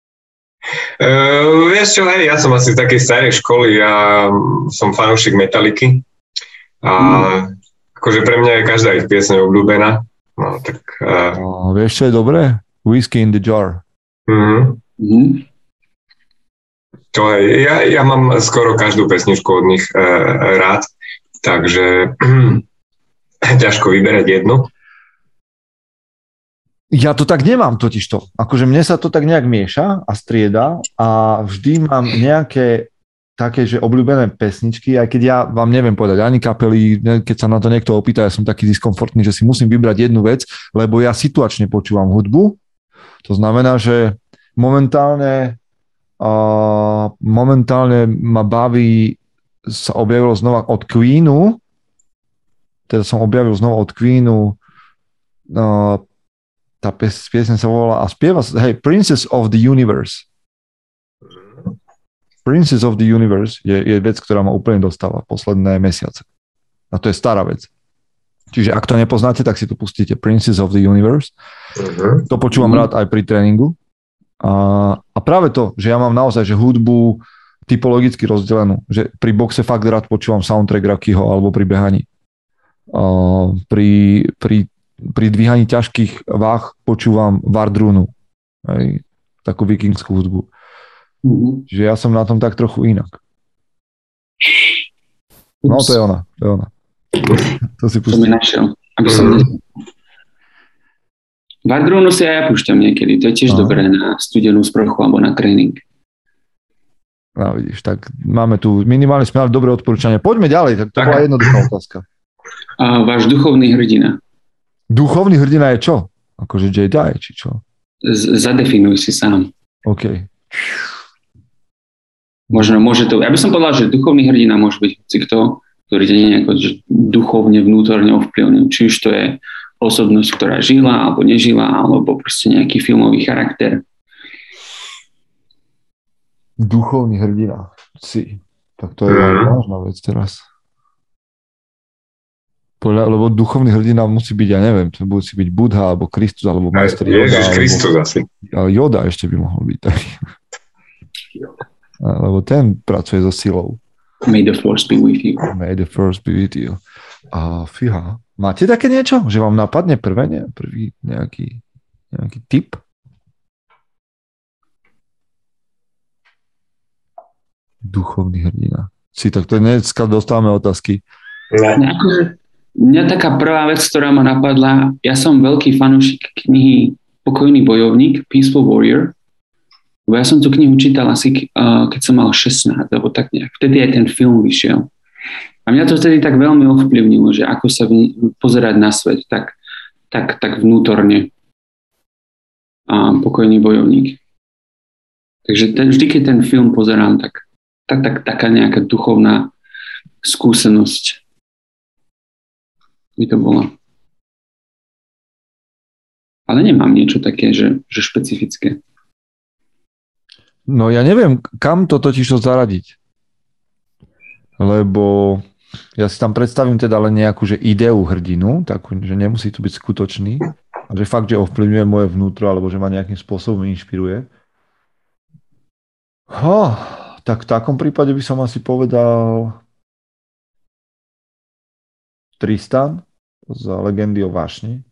Uh, vieš čo, hej, ja som asi z takej starej školy, ja som fanúšik Metalliky a mm. akože pre mňa je každá ich pieseň obľúbená. No, tak... Uh... No, vieš čo je dobré? Whiskey in the Jar. Mhm. Mm-hmm. To je, ja, ja mám skoro každú pesničku od nich e, rád, takže ťažko vyberať jednu. Ja to tak nemám totižto. Akože mne sa to tak nejak mieša a strieda a vždy mám nejaké také, že obľúbené pesničky, aj keď ja vám neviem povedať ani kapely, keď sa na to niekto opýta, ja som taký diskomfortný, že si musím vybrať jednu vec, lebo ja situačne počúvam hudbu. To znamená, že momentálne uh, momentálne ma baví, sa objavilo znova od Queenu, teda som objavil znova od Queenu, uh, tá piesň sa volá a spieva, hej, Princess of the Universe. Princess of the Universe je, je vec, ktorá ma úplne dostáva posledné mesiace. A to je stará vec. Čiže ak to nepoznáte, tak si to pustíte. Princess of the Universe. Uh-huh. To počúvam uh-huh. rád aj pri tréningu. A, a práve to, že ja mám naozaj že hudbu typologicky rozdelenú. Že pri boxe fakt rád počúvam soundtrack Rockyho alebo pri behaní. A pri, pri, pri dvíhaní ťažkých váh počúvam Vardrunu. Hej, takú vikingskú hudbu. Uh-huh. Čiže ja som na tom tak trochu inak. No to je ona. To je ona. To si pustím. To mi našiel. Aby som... Vardrunu si aj ja púšťam niekedy. To je tiež Aha. dobré na studenú sprchu alebo na tréning. No vidíš, tak máme tu, minimálne sme mali dobré odporúčanie. Poďme ďalej, tak to tak. bola jednoduchá otázka. A váš duchovný hrdina? Duchovný hrdina je čo? Akože Jedi, či čo? Z- zadefinuj si sám. OK. Možno môže to... Ja by som povedal, že duchovný hrdina môže byť hocikto, ktorý ťa nejako duchovne, vnútorne ovplyvnil. Či už to je osobnosť, ktorá žila alebo nežila, alebo proste nejaký filmový charakter. Duchovný hrdina. Si. Tak to je mm. vážna vec teraz. Podľa, lebo duchovný hrdina musí byť, ja neviem, to musí byť Budha, alebo Kristus, alebo majster Yoda. Ježiš Kristus asi. Ale Yoda ešte by mohol byť taký. Lebo ten pracuje so silou. May the force be with you. May the force be with you. A fíha. Máte také niečo? Že vám napadne prvé, ne? Prvý nejaký, nejaký tip? Duchovný hrdina. Si takto dneska dostávame otázky. Ne. Akože, mňa taká prvá vec, ktorá ma napadla, ja som veľký fanúšik knihy Pokojný bojovník, Peaceful Warrior. Bo ja som tú knihu čítal asi, uh, keď som mal šestnásť, alebo tak nejak. Vtedy aj ten film vyšiel. A mňa to vtedy tak veľmi ovplyvnilo, že ako sa pozerať na svet. Tak tak, tak vnútorne a pokojný bojovník. Takže ten, vždy, keď ten film pozerám, tak, tak, tak taká nejaká duchovná skúsenosť by to bola. Ale nemám niečo také, že, že špecifické. No ja neviem, kam to totiž to zaradiť. Lebo ja si tam predstavím teda len nejakú že ideu hrdinu, takú, že nemusí to byť skutočný, a že fakt, že ovplyvňuje moje vnútro, alebo že ma nejakým spôsobom inšpiruje. Ho, tak v takom prípade by som asi povedal Tristan z Legendy o vášni.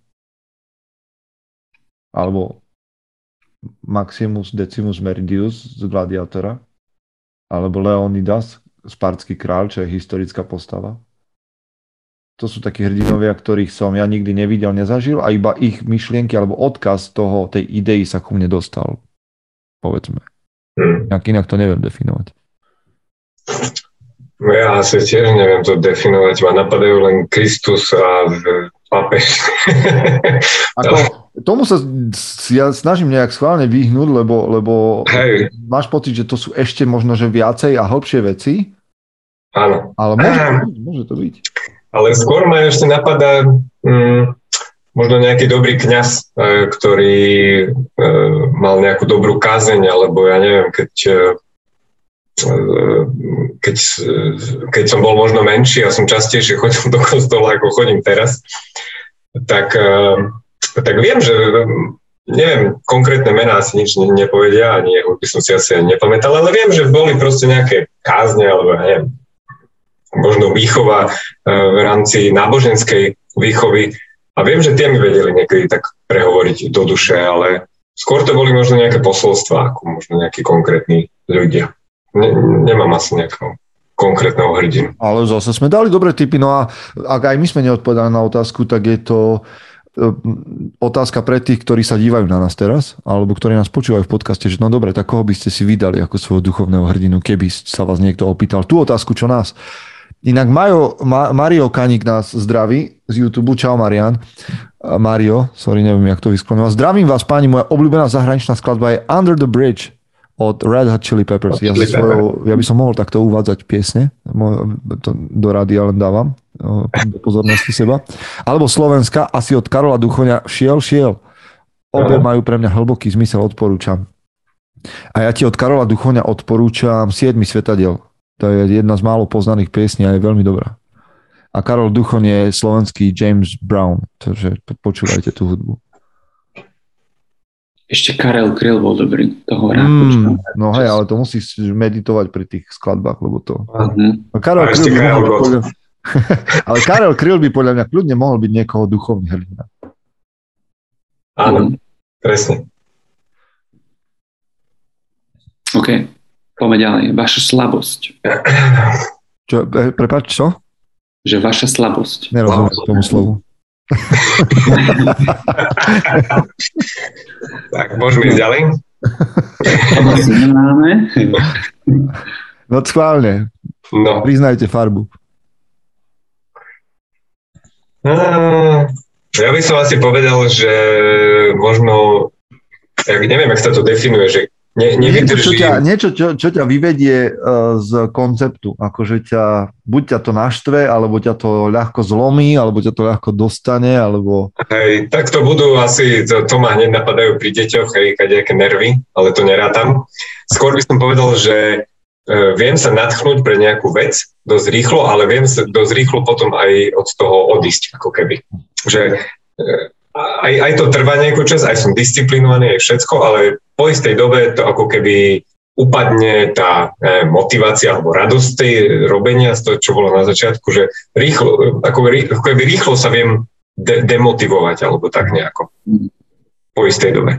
Alebo Maximus Decimus Meridius z Gladiátora. Alebo Leonidas, Spartský kráľ, čo je historická postava. To sú takí hrdinovia, ktorých som ja nikdy nevidel, nezažil a iba ich myšlienky alebo odkaz toho, tej idei sa ku mne dostal. Povedzme. Hmm. Inak to neviem definovať. No ja asi tiež neviem to definovať. Ma napadajú len Kristus a pápež. Ako, tomu sa ja snažím nejak schválne vyhnúť, lebo, lebo máš pocit, že to sú ešte možno že viacej a hlbšie veci. Áno. Ale môže to byť. Môže to byť. Ale skôr ma ešte napadá hm, možno nejaký dobrý kňaz, ktorý e, mal nejakú dobrú kázeň, alebo ja neviem, keď Keď, keď som bol možno menší a som častejšie chodil do kostola, ako chodím teraz, tak, tak viem, že neviem, konkrétne mená asi nič nepovedia, ani by som si asi nepamätal, ale viem, že boli proste nejaké kázne, alebo neviem, možno výchova v rámci náboženskej výchovy a viem, že tie mi vedeli niekedy tak prehovoriť do duše, ale skôr to boli možno nejaké posolstvá, ako možno nejakí konkrétni ľudia. Ne, nemám asi nejakého konkrétneho hrdinu. Ale zase sme dali dobré tipy, no a ak aj my sme neodpovedali na otázku, tak je to otázka pre tých, ktorí sa dívajú na nás teraz, alebo ktorí nás počúvajú v podcaste, že no dobre, tak koho by ste si vydali ako svojho duchovného hrdinu, keby sa vás niekto opýtal tú otázku, čo nás. Inak Majo, Ma, Mario Kaník nás zdraví z YouTube. Čau Marian. Mario, sorry, neviem, jak to vyskloňoval. Zdravím vás, páni, moja obľúbená zahraničná skladba je Under the Bridge od Red Hot Chili Peppers. Ja, svojou, ja by som mohol takto uvádzať piesne. To do rádia len dávam do pozornosti seba. Alebo Slovenska, asi od Karola Duchoňa. Šiel, šiel. Obe majú pre mňa hlboký zmysel, odporúčam. A ja ti od Karola Duchoňa odporúčam Siedmy svetadiel. To je jedna z málo poznaných piesní a je veľmi dobrá. A Karol Duchoň je slovenský James Brown. Takže počúvajte tú hudbu. Ešte Karel Kryl bol dobrý. Toho mm, no hej, ale to musíš meditovať pri tých skladbách, lebo to... Uh-huh. Karel Kryl by mohol podľa... ale Karel Kryl by podľa mňa kľudne mohol byť niekoho duchovný hrdina. Áno, presne. OK, poďme ďalej. Vaša slabosť. Čo, prepáč, čo? Že vaša slabosť. Nerozumiem tomu slovu. Tak, môžeme ísť ďalej? No schválne. No. Priznajte farbu. Ja by som asi povedal, že možno, ja neviem, jak sa to definuje, že Ne, niečo, čo ťa, niečo čo, čo ťa vyvedie uh, z konceptu. Akože ťa, buď ťa to naštve, alebo ťa to ľahko zlomí, alebo ťa to ľahko dostane, alebo... Hej, tak to budú asi, to, to ma hneď napadajú pri deťoch, hej, kadejaké nervy, ale to nerátam. Skôr by som povedal, že uh, viem sa nadchnúť pre nejakú vec dosť rýchlo, ale viem sa dosť rýchlo potom aj od toho odísť, ako keby. Že... Uh, Aj, aj to trvá nejakú čas, aj som disciplinovaný, aj všetko, ale po istej dobe to ako keby upadne tá eh, motivácia alebo radosť tej robenia z toho, čo bolo na začiatku, že rýchlo, ako, ako keby rýchlo sa viem de- demotivovať alebo tak nejako po istej dobe.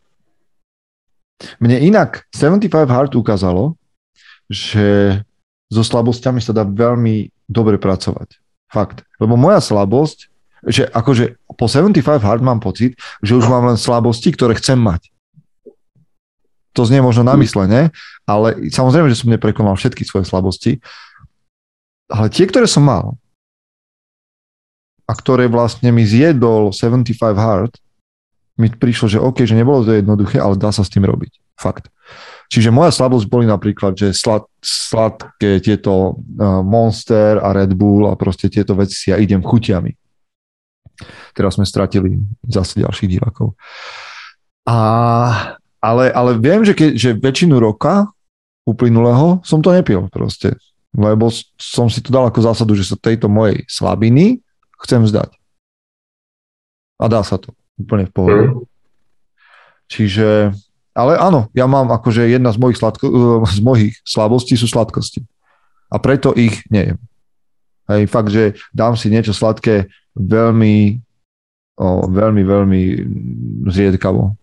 Mne inak sedemdesiatpäť Hard ukázalo, že so slabosťami sa dá veľmi dobre pracovať. Fakt. Lebo moja slabosť, že akože po sedemdesiatpäť Hard mám pocit, že už mám len slabosti, ktoré chcem mať. To znie možno namyslené, ale samozrejme, že som neprekonal všetky svoje slabosti, ale tie, ktoré som mal, a ktoré vlastne mi zjedol sedemdesiatpäť Hard, mi prišlo, že OK, že nebolo to jednoduché, ale dá sa s tým robiť. Fakt. Čiže moja slabosť boli napríklad, že slad, sladké tieto uh, Monster a Red Bull a proste tieto veci si ja idem chutiami. Teraz sme stratili zase ďalších divákov. A, ale, ale viem, že, ke, že väčšinu roka uplynulého som to nepil proste. Lebo som si to dal ako zásadu, že sa tejto mojej slabiny chcem vzdať. A dá sa to. Úplne v pohode. Mm. Čiže, ale áno, ja mám akože jedna z mojich, sladko, z mojich slabostí sú sladkosti. A preto ich nejem. Hej, fakt, že dám si niečo sladké veľmi, o, veľmi, veľmi zriedkavo.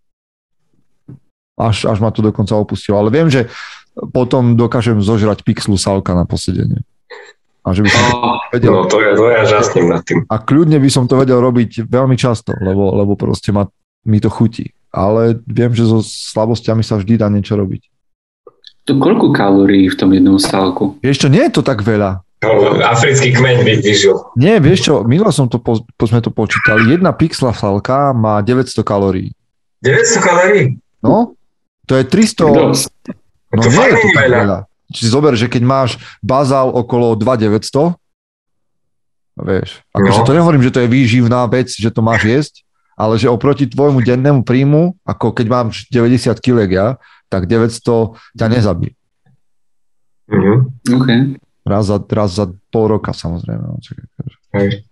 Až, až ma to dokonca opustilo. Ale viem, že potom dokážem zožrať pixlu salka na posedenie. A že by som to vedel... No to ja, to ja žasnem nad tým. A kľudne by som to vedel robiť veľmi často, lebo, lebo proste ma, mi to chutí. Ale viem, že so slabosťami sa vždy dá niečo robiť. To koľko kalórií v tom jednom salku? Vieš čo, nie je to tak veľa. No, africký kmeň by vyžil. Nie, vieš čo, minule som to, po, po, sme to počítali. Jedna pixla salka má deväťsto kalórií. deväťsto kalórií? No, to je tristo... No to nie je to tak veľa. veľa. Čiže zober, že keď máš bazál okolo dva tisíc deväťsto, vieš, akože no. to nehovorím, že to je výživná vec, že to máš jesť, ale že oproti tvojmu dennému príjmu, ako keď mám deväťdesiat kilogramov ja, tak deväťsto ťa nezabije. Mm-hmm. Okay. Raz za, raz za pol roka, samozrejme. Hej.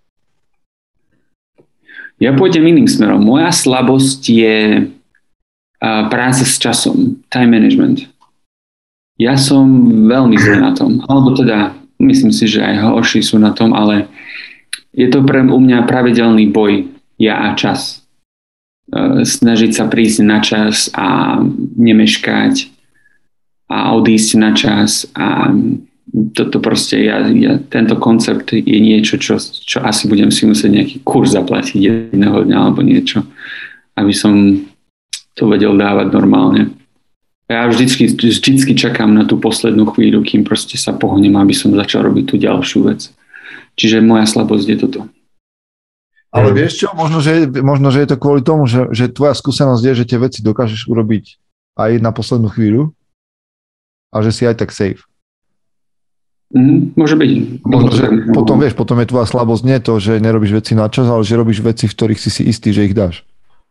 Ja pôjdem iným smerom. Moja slabosť je uh, práca s časom, time management. Ja som veľmi zlý na tom, alebo teda myslím si, že aj horší sú na tom, ale je to pre u mňa pravidelný boj ja a čas. Snažiť sa prísť na čas a nemeškať a odísť na čas a toto proste, ja, ja, tento koncept je niečo, čo, čo asi budem si musieť nejaký kurz zaplatiť jedného dňa alebo niečo, aby som to vedel dávať normálne. Ja vždycky, vždycky čakám na tú poslednú chvíľu, kým proste sa pohnem, aby som začal robiť tú ďalšiu vec. Čiže moja slabosť je toto. Ale vieš čo, možno, že, možno, že je to kvôli tomu, že, že tvoja skúsenosť je, že tie veci dokážeš urobiť aj na poslednú chvíľu a že si aj tak safe. Mm, môže byť. Možno, že potom, vieš, potom je tvoja slabosť nie to, že nerobíš veci na čas, ale že robíš veci, v ktorých si si istý, že ich dáš.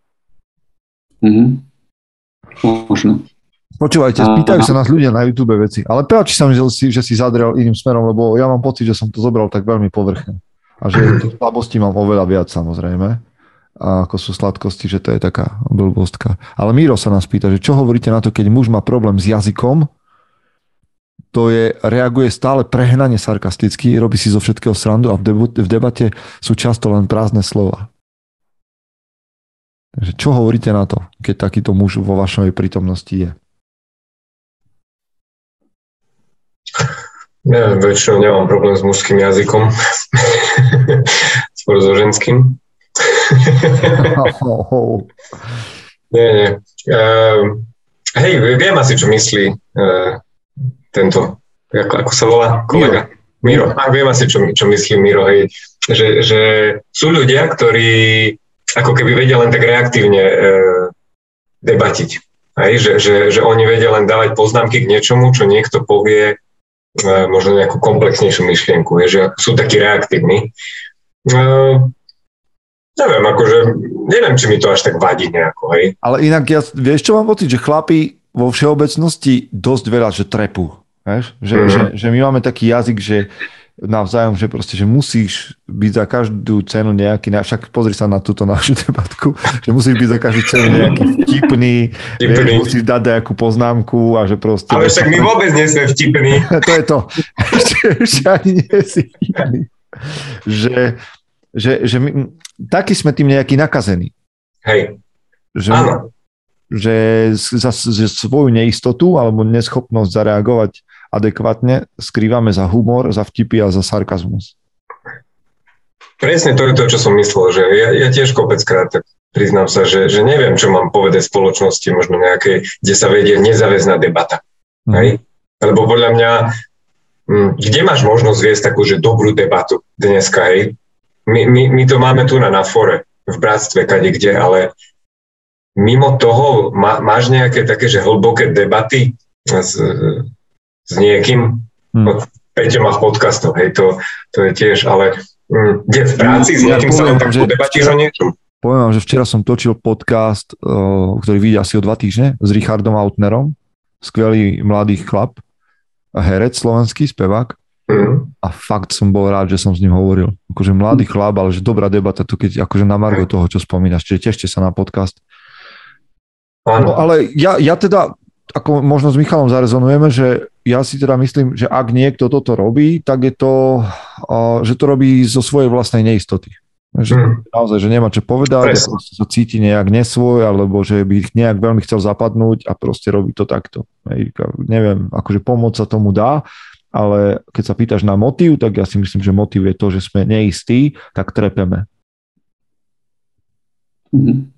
Mhm. Možno. Počúvajte, spýtajú sa nás ľudia na YouTube veci, ale páči sa mi, že si zadrel iným smerom, lebo ja mám pocit, že som to zobral tak veľmi povrchne. A že tých slabostí mám oveľa viac, samozrejme. A ako sú sladkosti, že to je taká blbostka. Ale Miro sa nás pýta, že čo hovoríte na to, keď muž má problém s jazykom, to je, reaguje stále prehnane sarkasticky, robí si zo všetkého srandu a v debate, v debate sú často len prázdne slova. Takže čo hovoríte na to, keď takýto muž vo vašej prítomnosti je? Ja väčšinou nemám problém s mužským jazykom. Skôr so ženským. nie, nie. Uh, hej, viem asi, čo myslí uh, tento, ako, ako sa volá kolega? Miro. Miro. A viem asi, čo, čo myslí Miro. Hej. Že, že sú ľudia, ktorí ako keby vedia len tak reaktívne uh, debatiť. Hej. Že, že, že oni vedia len dávať poznámky k niečomu, čo niekto povie možno nejakú komplexnejšiu myšlienku, je, že sú takí reaktívni. Uh, neviem, akože, neviem, či mi to až tak vadí nejako, hej. Ale inak, ja, vieš, čo mám pocit, že chlapi vo všeobecnosti dosť veľa, že trepú, vieš? Že, mm-hmm. že, že my máme taký jazyk, že navzájom, že proste, že musíš byť za každú cenu nejaký, však pozri sa na túto našu debatku, že musíš byť za každú cenu nejaký vtipný, vieš, musíš dať nejakú poznámku a že proste... Ale však my vôbec nie sme vtipní. To je to. Ešte ani nie si vtipný. Že, že, že my, taký sme tým nejaký nakazení. Hej, že, áno. Že za, za svoju neistotu alebo neschopnosť zareagovať adekvátne skrývame za humor, za vtipy a za sarkazmus. Presne to je to, čo som myslel, že ja, ja tiež kopeckrát tak priznám sa, že, že neviem, čo mám povedať spoločnosti, možno nejakej, kde sa vedie nezáväzná debata. Mm. Hej? Lebo podľa mňa, kde máš možnosť viesť takú, že dobrú debatu dneska, hej? my, my, my to máme tu na, na fore, v bratstve, kade kde, ale mimo toho má, máš nejaké také, že hlboké debaty s, s niekým? Hmm. No, Peťo má podcastov, hej, to, to je tiež, ale hm, kde v práci s niekým sa len tak podebatíš o niečom? Poviem vám, že včera som točil podcast, ktorý vyjde asi o dva týždne, s Richardom Autnerom, skvelý mladý chlap, herec slovenský, spevák. Mm. A fakt som bol rád, že som s ním hovoril. Akože mladý chlap, ale že dobrá debata, to keď akože na margo toho, čo spomínaš. Čiže tešte sa na podcast. No, ale ja, ja teda, ako možno s Michalom zarezonujeme, že ja si teda myslím, že ak niekto toto robí, tak je to, uh, že to robí zo svojej vlastnej neistoty. Že mm. naozaj, že nemá čo povedať, že sa cíti nejak nesvoj, alebo že by ich nejak veľmi chcel zapadnúť a proste robí to takto. Neviem, akože pomoc sa tomu dá, ale keď sa pýtaš na motív, tak ja si myslím, že motív je to, že sme neistí, tak trepeme. Mm.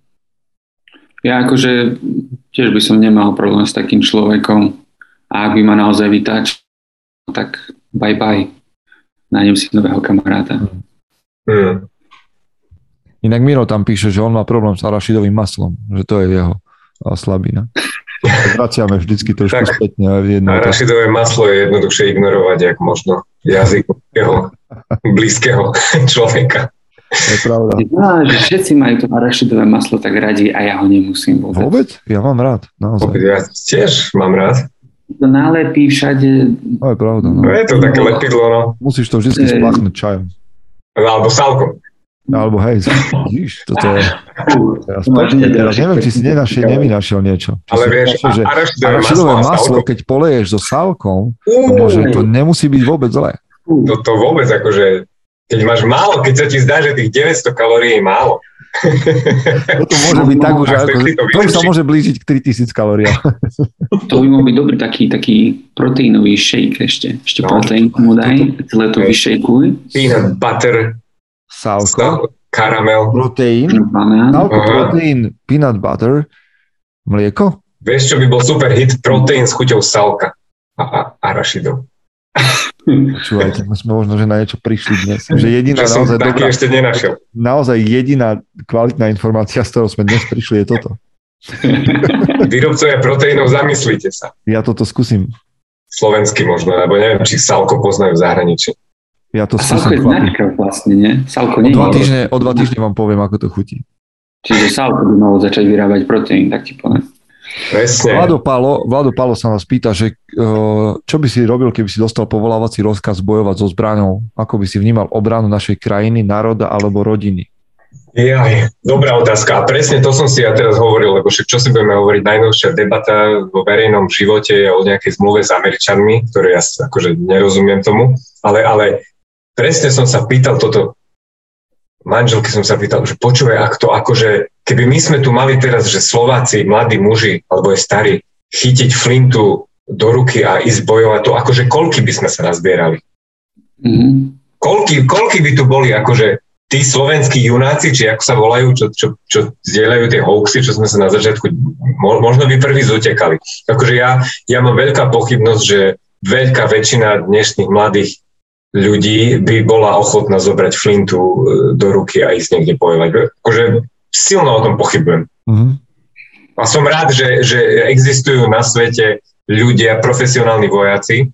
Ja akože tiež by som nemal problém s takým človekom a ak by ma naozaj vytáčal, tak bye bye. Nájdem si nového kamaráta. Mm. Inak Miro tam píše, že on má problém s arašidovým maslom, že to je jeho slabina. Vraciame vždycky trošku spätne. Arašidové maslo je jednoduchšie ignorovať, jak možno jazyk jeho blízkeho človeka. To je pravda. No, že všetci majú to arašidové maslo tak radi a ja ho nemusím vôbec. Vôbec? Ja mám rád, naozaj. Ja tiež mám rád. To nálepí všade. To je pravda. No. No je to také lepidlo, no. Musíš to vždy spláchnuť čajom. Alebo salkom. Alebo hej, vidíš, toto je... Teraz, počkej, teraz neviem, či si nenašiel, nevynašiel niečo. Či ale vieš, našiel, že arašidové maslo, keď poleješ so salkom, to, môže, to nemusí byť vôbec zlé. Toto vôbec akože, keď máš málo, keď sa ti zdá, že tých deväťsto kalórií je málo. Toto môže byť tak, že ako, to už sa môže blížiť k tritisíc kalóriám. To by mohol byť dobrý taký, taký proteínový shake ešte. Ešte no, proteín mu daj, celé to vyšejkuj. Peanut butter. Sálko, karamel, proteín, sálko, proteín, peanut butter, mlieko. Vieš, čo by bol super hit? Proteín s chuťou sálka a, a arašidov. Počúvajte, my sme možno, že na niečo prišli dnes. Že jediná že naozaj dobrá, ešte nenašiel. Naozaj jediná kvalitná informácia, s ktorou sme dnes prišli, je toto. Výrobcovia proteínov, zamyslite sa. Ja toto skúsim. Slovensky možno, alebo neviem, či sálko poznajú v zahraničí. Ja to a Salko je značka vlastne, nie? Salko nie o, dva týždne, o dva týždne vám poviem, ako to chutí. Čiže Salko by malo začať vyrábať proteín, tak ti poviem. Presne. Vlado Palo, Vlado Palo sa nás pýta, že čo by si robil, keby si dostal povolávací rozkaz bojovať so zbraňou? Ako by si vnímal obranu našej krajiny, národa alebo rodiny? Jaj, dobrá otázka. A presne to som si ja teraz hovoril, lebo však čo si budeme hovoriť, najnovšia debata vo verejnom živote je o nejakej zmluve s Američanmi, ktoré ja akože nerozumiem tomu, ale, ale presne som sa pýtal toto, manželky som sa pýtal, že počúvaj, ak to akože, keby my sme tu mali teraz, že Slováci, mladí muži, alebo aj starí, chytiť flintu do ruky a ísť bojovať, to akože koľky by sme sa nazbierali? Mm-hmm. Koľky, koľky by tu boli akože tí slovenskí junáci, či ako sa volajú, čo, čo, čo zdieľajú tie hoaxy, čo sme sa na začiatku, možno by prví zutekali. Akože ja, ja mám veľká pochybnosť, že veľká väčšina dnešných mladých ľudí by bola ochotná zobrať flintu do ruky a ísť niekde bojovať. Akože silno o tom pochybujem. Mm-hmm. A som rád, že, že existujú na svete ľudia, profesionálni vojaci.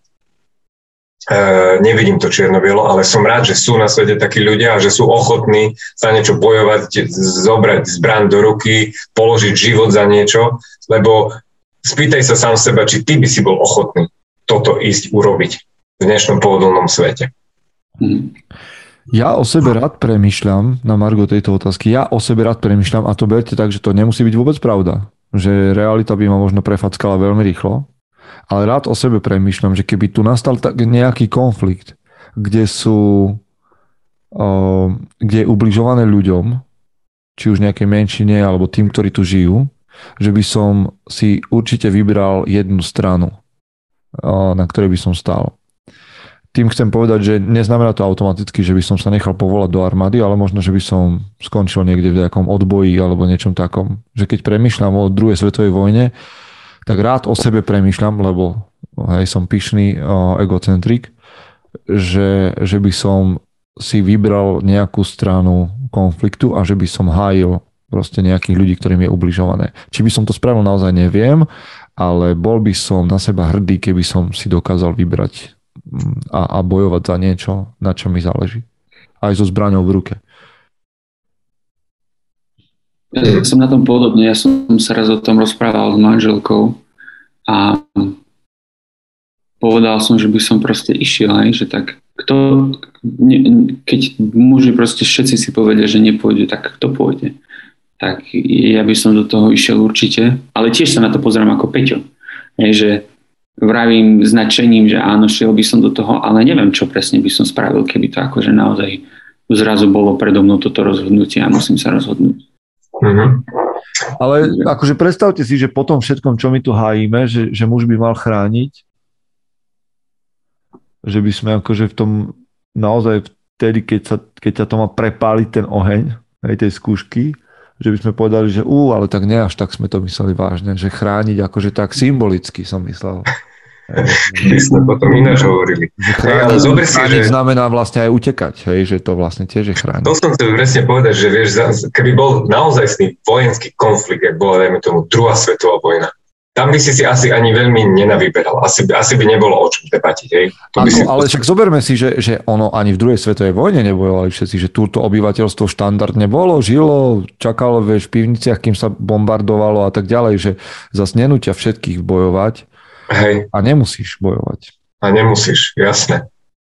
E, nevidím to čierno-bielo, ale som rád, že sú na svete takí ľudia a že sú ochotní za niečo bojovať, zobrať zbraň do ruky, položiť život za niečo, lebo spýtaj sa sám seba, či ty by si bol ochotný toto ísť urobiť v dnešnom pohodlnom svete. Ja o sebe rád premýšľam, na margo tejto otázky, ja o sebe rád premýšľam a to berte tak, že to nemusí byť vôbec pravda. Že realita by ma možno prefackala veľmi rýchlo, ale rád o sebe premýšľam, že keby tu nastal tak nejaký konflikt, kde sú uh, kde je ubližované ľuďom, či už nejakej menšine alebo tým, ktorí tu žijú, že by som si určite vybral jednu stranu, uh, na ktorej by som stál. Tým chcem povedať, že neznamená to automaticky, že by som sa nechal povolať do armády, ale možno, že by som skončil niekde v nejakom odboji alebo niečom takom. Že keď premýšľam o druhej svetovej vojne, tak rád o sebe premýšľam, lebo hej, som pyšný uh, egocentrik, že, že by som si vybral nejakú stranu konfliktu a že by som hájil proste nejakých ľudí, ktorým je ubližované. Či by som to spravil, naozaj neviem, ale bol by som na seba hrdý, keby som si dokázal vybrať a, a bojovať za niečo, na čo mi záleží. Aj so zbraňou v ruke. Ja som na tom podobne. Ja som sa raz o tom rozprával s manželkou a povedal som, že by som proste išiel, aj, že tak kto, ne, keď muži proste všetci si povedia, že nepôjde, tak kto pôjde? Tak ja by som do toho išiel určite, ale tiež sa na to pozerám ako Peťo. Hej, že vravím značením, že áno, šiel by som do toho, ale neviem, čo presne by som spravil, keby to akože naozaj zrazu bolo predo mnou toto rozhodnutie a musím sa rozhodnúť. Mm-hmm. Ale akože predstavte si, že po tom všetkom, čo my tu hájime, že, že muž by mal chrániť, že by sme akože v tom naozaj vtedy, keď, sa, keď ťa to má prepáliť ten oheň aj tej skúšky, že by sme povedali, že ú, ale tak ne až tak sme to mysleli vážne, že chrániť akože tak symbolicky som myslel. My sme potom ináč hovorili. Chrániť, ale zober si, že znamená vlastne aj utekať, hej, že to vlastne tiež je chrániť. To som chcel presne povedať, že vieš, keby bol naozajstný vojenský konflikt, ak bola, dajme tomu, druhá svetová vojna, tam by si si asi ani veľmi nenavyberal. Asi, asi by nebolo o čom debatiť. Hej. To Ako, si... Ale však zoberme si, že, že ono ani v druhej svetovej vojne nebojovali všetci, že túto obyvateľstvo štandardne bolo, žilo, čakalo vieš, v pivniciach, kým sa bombardovalo a tak ďalej, že zase nenútia všetkých bojovať. Hej. A nemusíš bojovať. A nemusíš, jasné.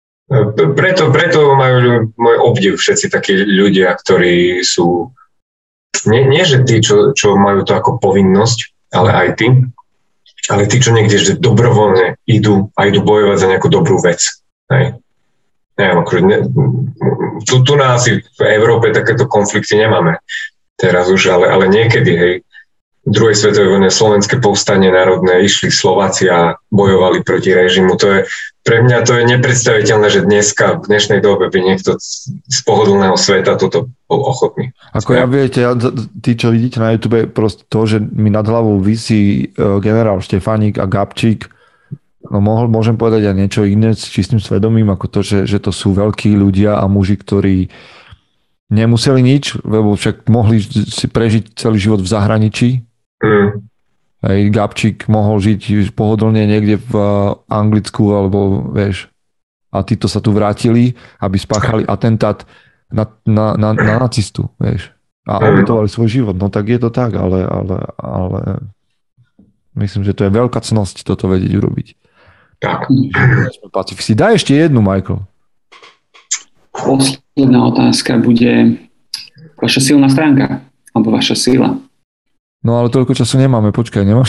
Preto, preto majú môj obdiv všetci takí ľudia, ktorí sú nie, nie že tí, čo, čo majú to ako povinnosť, ale aj tí, ale tí, čo niekde že dobrovoľne idú a idú bojovať za nejakú dobrú vec. Hej. Neviem, akože ne, tu, tu na asi v Európe takéto konflikty nemáme teraz už, ale, ale niekedy, hej, v druhej svetovej vojne slovenské povstanie národné, išli Slováci a bojovali proti režimu. To je, pre mňa to je nepredstaviteľné, že dneska, v dnešnej dobe by niekto z pohodlného sveta toto bol ochotný. Ako ja viete, tí, čo vidíte na YouTube, proste to, že mi nad hlavou visí generál Štefánik a Gabčík, no mohol, môžem povedať aj niečo iné s čistým svedomím, ako to, že, že to sú veľkí ľudia a muži, ktorí nemuseli nič, lebo však mohli si prežiť celý život v zahraničí. Mm. Hej, Gabčík mohol žiť pohodlne niekde v Anglicku alebo vieš, a títo sa tu vrátili, aby spáchali atentát na, na, na, na nacistu, vieš, a obetovali svoj život. No tak je to tak, ale, ale, ale myslím, že to je veľká cnosť toto vedieť urobiť. Tak. Pacifisti. Daj ešte jednu, Michael. Posledná otázka bude vaša silná stránka alebo vaša sila. No ale toľko času nemáme, počkaj, nemáš?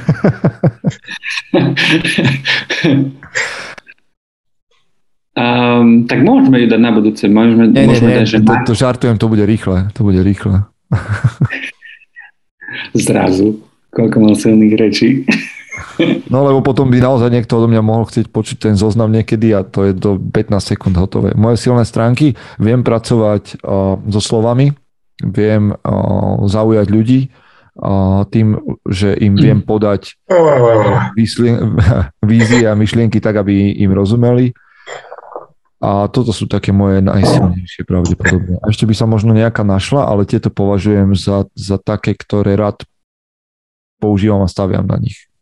um, tak môžeme ju dať na budúce. Môžeme, nie, môžeme nie, dať, že to, to žartujem, to bude rýchle. To bude rýchle. Zrazu. Koľko mal silných rečí. No lebo potom by naozaj niekto odo mňa mohol chcieť počuť ten zoznam niekedy a to je do pätnásť sekúnd hotové. Moje silné stránky, viem pracovať uh, so slovami, viem uh, zaujať ľudí, a tým, že im viem podať výslien- vízie a myšlienky tak, aby im rozumeli. A toto sú také moje najsilnejšie pravdepodobne. A ešte by sa možno nejaká našla, ale tieto považujem za, za také, ktoré rád používam a staviam na nich.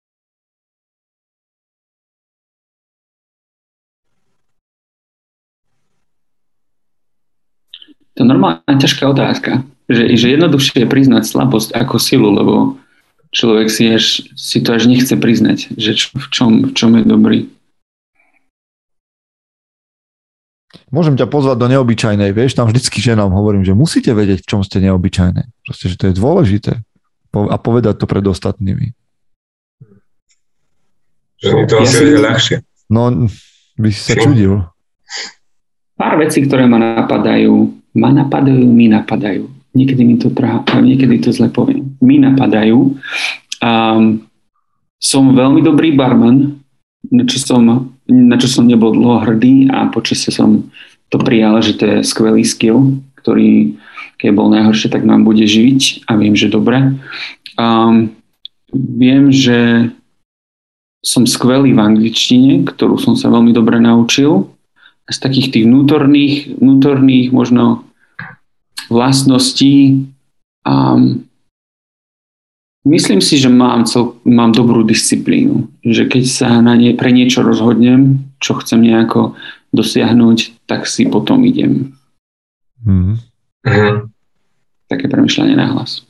To je normálne ťažká otázka. Že, že jednoduchšie je priznať slabosť ako silu, lebo človek si, až, si to až nechce priznať, že čo, v, čom, v čom je dobrý. Môžem ťa pozvať do neobyčajnej, vieš, tam vždycky ženám hovorím, že musíte vedieť, v čom ste neobyčajné. Proste, že to je dôležité a povedať to pred ostatnými. Že mi to asi je ľahšie. No, by si sa čudil. Pár vecí, ktoré ma napadajú, ma napadajú, mi napadajú. Niekedy mi to trhá, niekedy to zle poviem. Mi napadajú. Um, som veľmi dobrý barman, na čo som, na čo som nebol dlho hrdý a počasie som to prijal, že to je skvelý skill, ktorý, keď bol najhoršie, tak nám bude živiť a viem, že dobre. Um, viem, že som skvelý v angličtine, ktorú som sa veľmi dobre naučil. z takých tých vnútorných, vnútorných možno vlastností um, myslím si, že mám, cel, mám dobrú disciplínu. Že keď sa na nie, pre niečo rozhodnem, čo chcem nejako dosiahnuť, tak si potom idem. Mm-hmm. Také premýšľanie na hlas.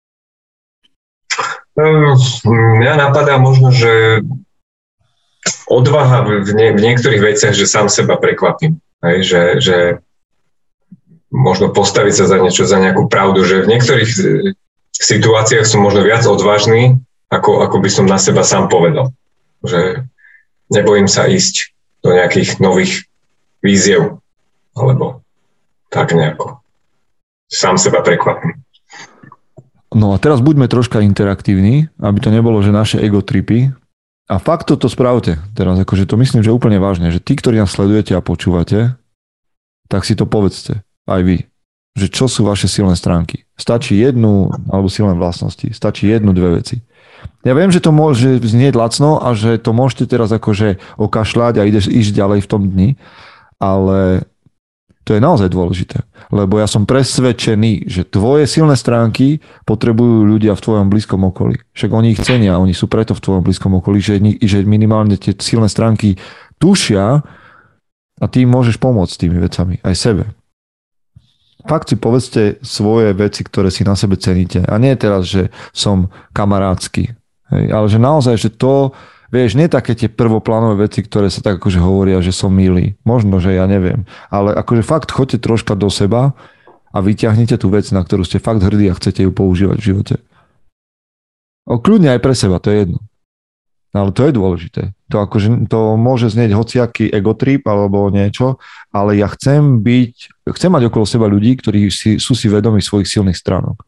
Mňa napadá možno, že odvaha v, nie, v niektorých veciach, že sám seba prekvapím. Hej, že, že možno postaviť sa za niečo, za nejakú pravdu, že v niektorých situáciách som možno viac odvážny, ako, ako by som na seba sám povedal. Že nebojím sa ísť do nejakých nových víziev, alebo tak nejako. Sám seba prekvapím. No a teraz buďme troška interaktívni, aby to nebolo, že naše ego tripy. A fakt toto spravte. Teraz akože to myslím, že úplne vážne, že tí, ktorí nás sledujete a počúvate, tak si to povedzte. Aj vy. Že čo sú vaše silné stránky. Stačí jednu, alebo silné vlastnosti. Stačí jednu, dve veci. Ja viem, že to môže znieť lacno a že to môžete teraz akože okašľať a ideš ísť ďalej v tom dni, ale to je naozaj dôležité. Lebo ja som presvedčený, že tvoje silné stránky potrebujú ľudia v tvojom blízkom okolí. Však oni ich cenia, oni sú preto v tvojom blízkom okolí, že, že minimálne tie silné stránky tušia a ty im môžeš pomôcť s tými vecami, aj sebe. Fakt si povedzte svoje veci, ktoré si na sebe ceníte. A nie teraz, že som kamarátsky. Hej, ale že naozaj, že to, vieš, nie také tie prvoplánové veci, ktoré sa tak akože hovoria, že som milý. Možno, že ja neviem. Ale akože fakt choďte troška do seba a vyťahnite tú vec, na ktorú ste fakt hrdí a chcete ju používať v živote. O, kľudne aj pre seba, to je jedno. Ale to je dôležité. To, akože, to môže znieť hociaký egotrip alebo niečo, ale ja chcem byť, chcem mať okolo seba ľudí, ktorí si, sú si vedomi svojich silných stránok.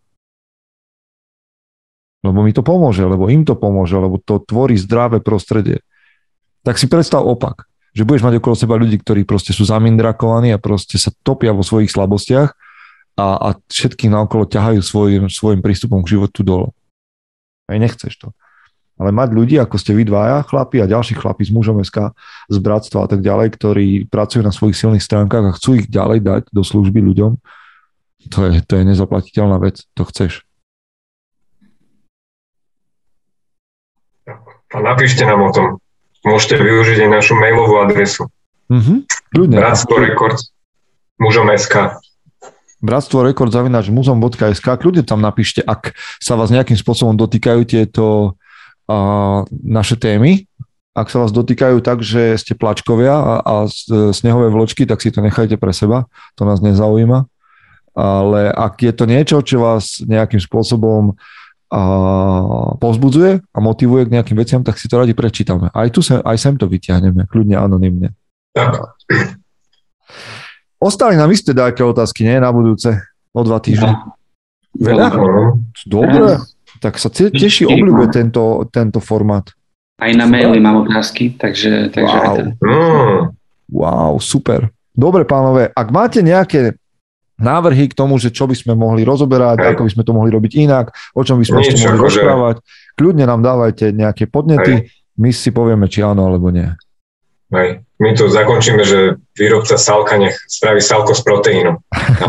Lebo mi to pomôže, lebo im to pomôže, lebo to tvorí zdravé prostredie. Tak si predstav opak, že budeš mať okolo seba ľudí, ktorí proste sú zamindrakovaní a proste sa topia vo svojich slabostiach a, a všetkých naokolo ťahajú svojim, svojim prístupom k životu dole. Aj nechceš to. Ale mať ľudí, ako ste vy dvaja, chlapi a ďalší chlapi z mužom es ká, z bratstva a tak ďalej, ktorí pracujú na svojich silných stránkach a chcú ich ďalej dať do služby ľuďom, to je, to je nezaplatiteľná vec. To chceš. A napíšte nám o tom. Môžete využiť aj našu mailovú adresu. Mhm, ľudne. Bratstvo Rekord mužom es ká. Bratstvo Rekord zavináč mužom bodka es ká. Kľudne tam napíšte, ak sa vás nejakým spôsobom dotýkajú tieto a naše témy. Ak sa vás dotýkajú tak, že ste plačkovia a, a snehové vločky, tak si to nechajte pre seba. To nás nezaujíma. Ale ak je to niečo, čo vás nejakým spôsobom a povzbudzuje a motivuje k nejakým veciam, tak si to radi prečítame. Aj tu sem, aj sem to vyťahneme, kľudne anonymne. Tak. Ostali nám isté nejaké otázky, nie? Na budúce. O dva týždne. Veľa? Dobre. Tak sa te, teší, obľúbe tento, tento formát. Aj na maily mám otázky, takže, takže wow. aj ten. Wow, super. Dobre, pánové, ak máte nejaké návrhy k tomu, že čo by sme mohli rozoberať, Hej. ako by sme to mohli robiť inak, o čom by sme ešte mohli akože... rozprávať, kľudne nám dávajte nejaké podnety, Hej. my si povieme, či áno, alebo nie. Hej. My tu zakončíme, že výrobca salka nech spraví salko s proteínom.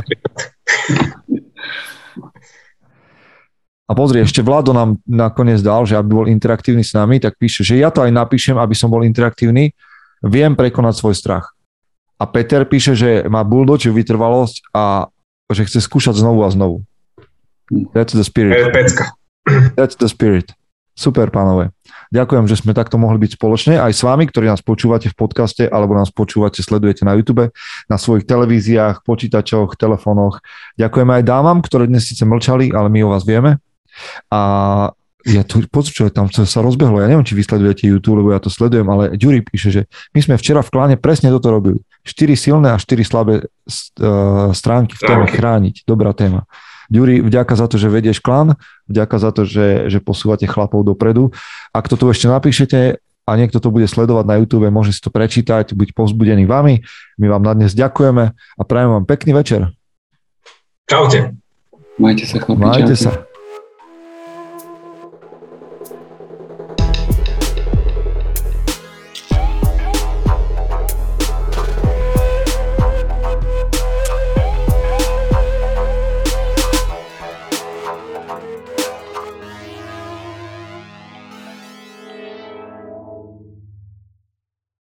A pozri, ešte Vlado nám nakoniec dal, že aby bol interaktívny s nami, tak píše, že ja to aj napíšem, aby som bol interaktívny, viem prekonať svoj strach. A Peter píše, že má bulldočiu vytrvalosť a že chce skúšať znovu a znovu. That's the spirit. Pecka. That's the spirit. Super, pánové. Ďakujem, že sme takto mohli byť spoločne aj s vami, ktorí nás počúvate v podcaste alebo nás počúvate, sledujete na YouTube, na svojich televíziách, počítačoch, telefónoch. Ďakujeme aj dámam, ktoré dnes síce mlčali, ale my o vás vieme. A ja tu počujem, tam sa rozbehlo, ja neviem, či vy sledujete YouTube, lebo ja to sledujem, ale Ďuri píše, že my sme včera v kláne presne toto robili. štyri silné a štyri slabé stránky v téme chrániť. Dobrá téma. Ďuri, vďaka za to, že vedieš klán, vďaka za to, že, že posúvate chlapov dopredu. Ak toto ešte napíšete a niekto to bude sledovať na YouTube, môže si to prečítať, byť povzbudený vami. My vám na dnes ďakujeme a prajem vám pekný večer. Čaute. Majte sa, chlapi. Majte sa.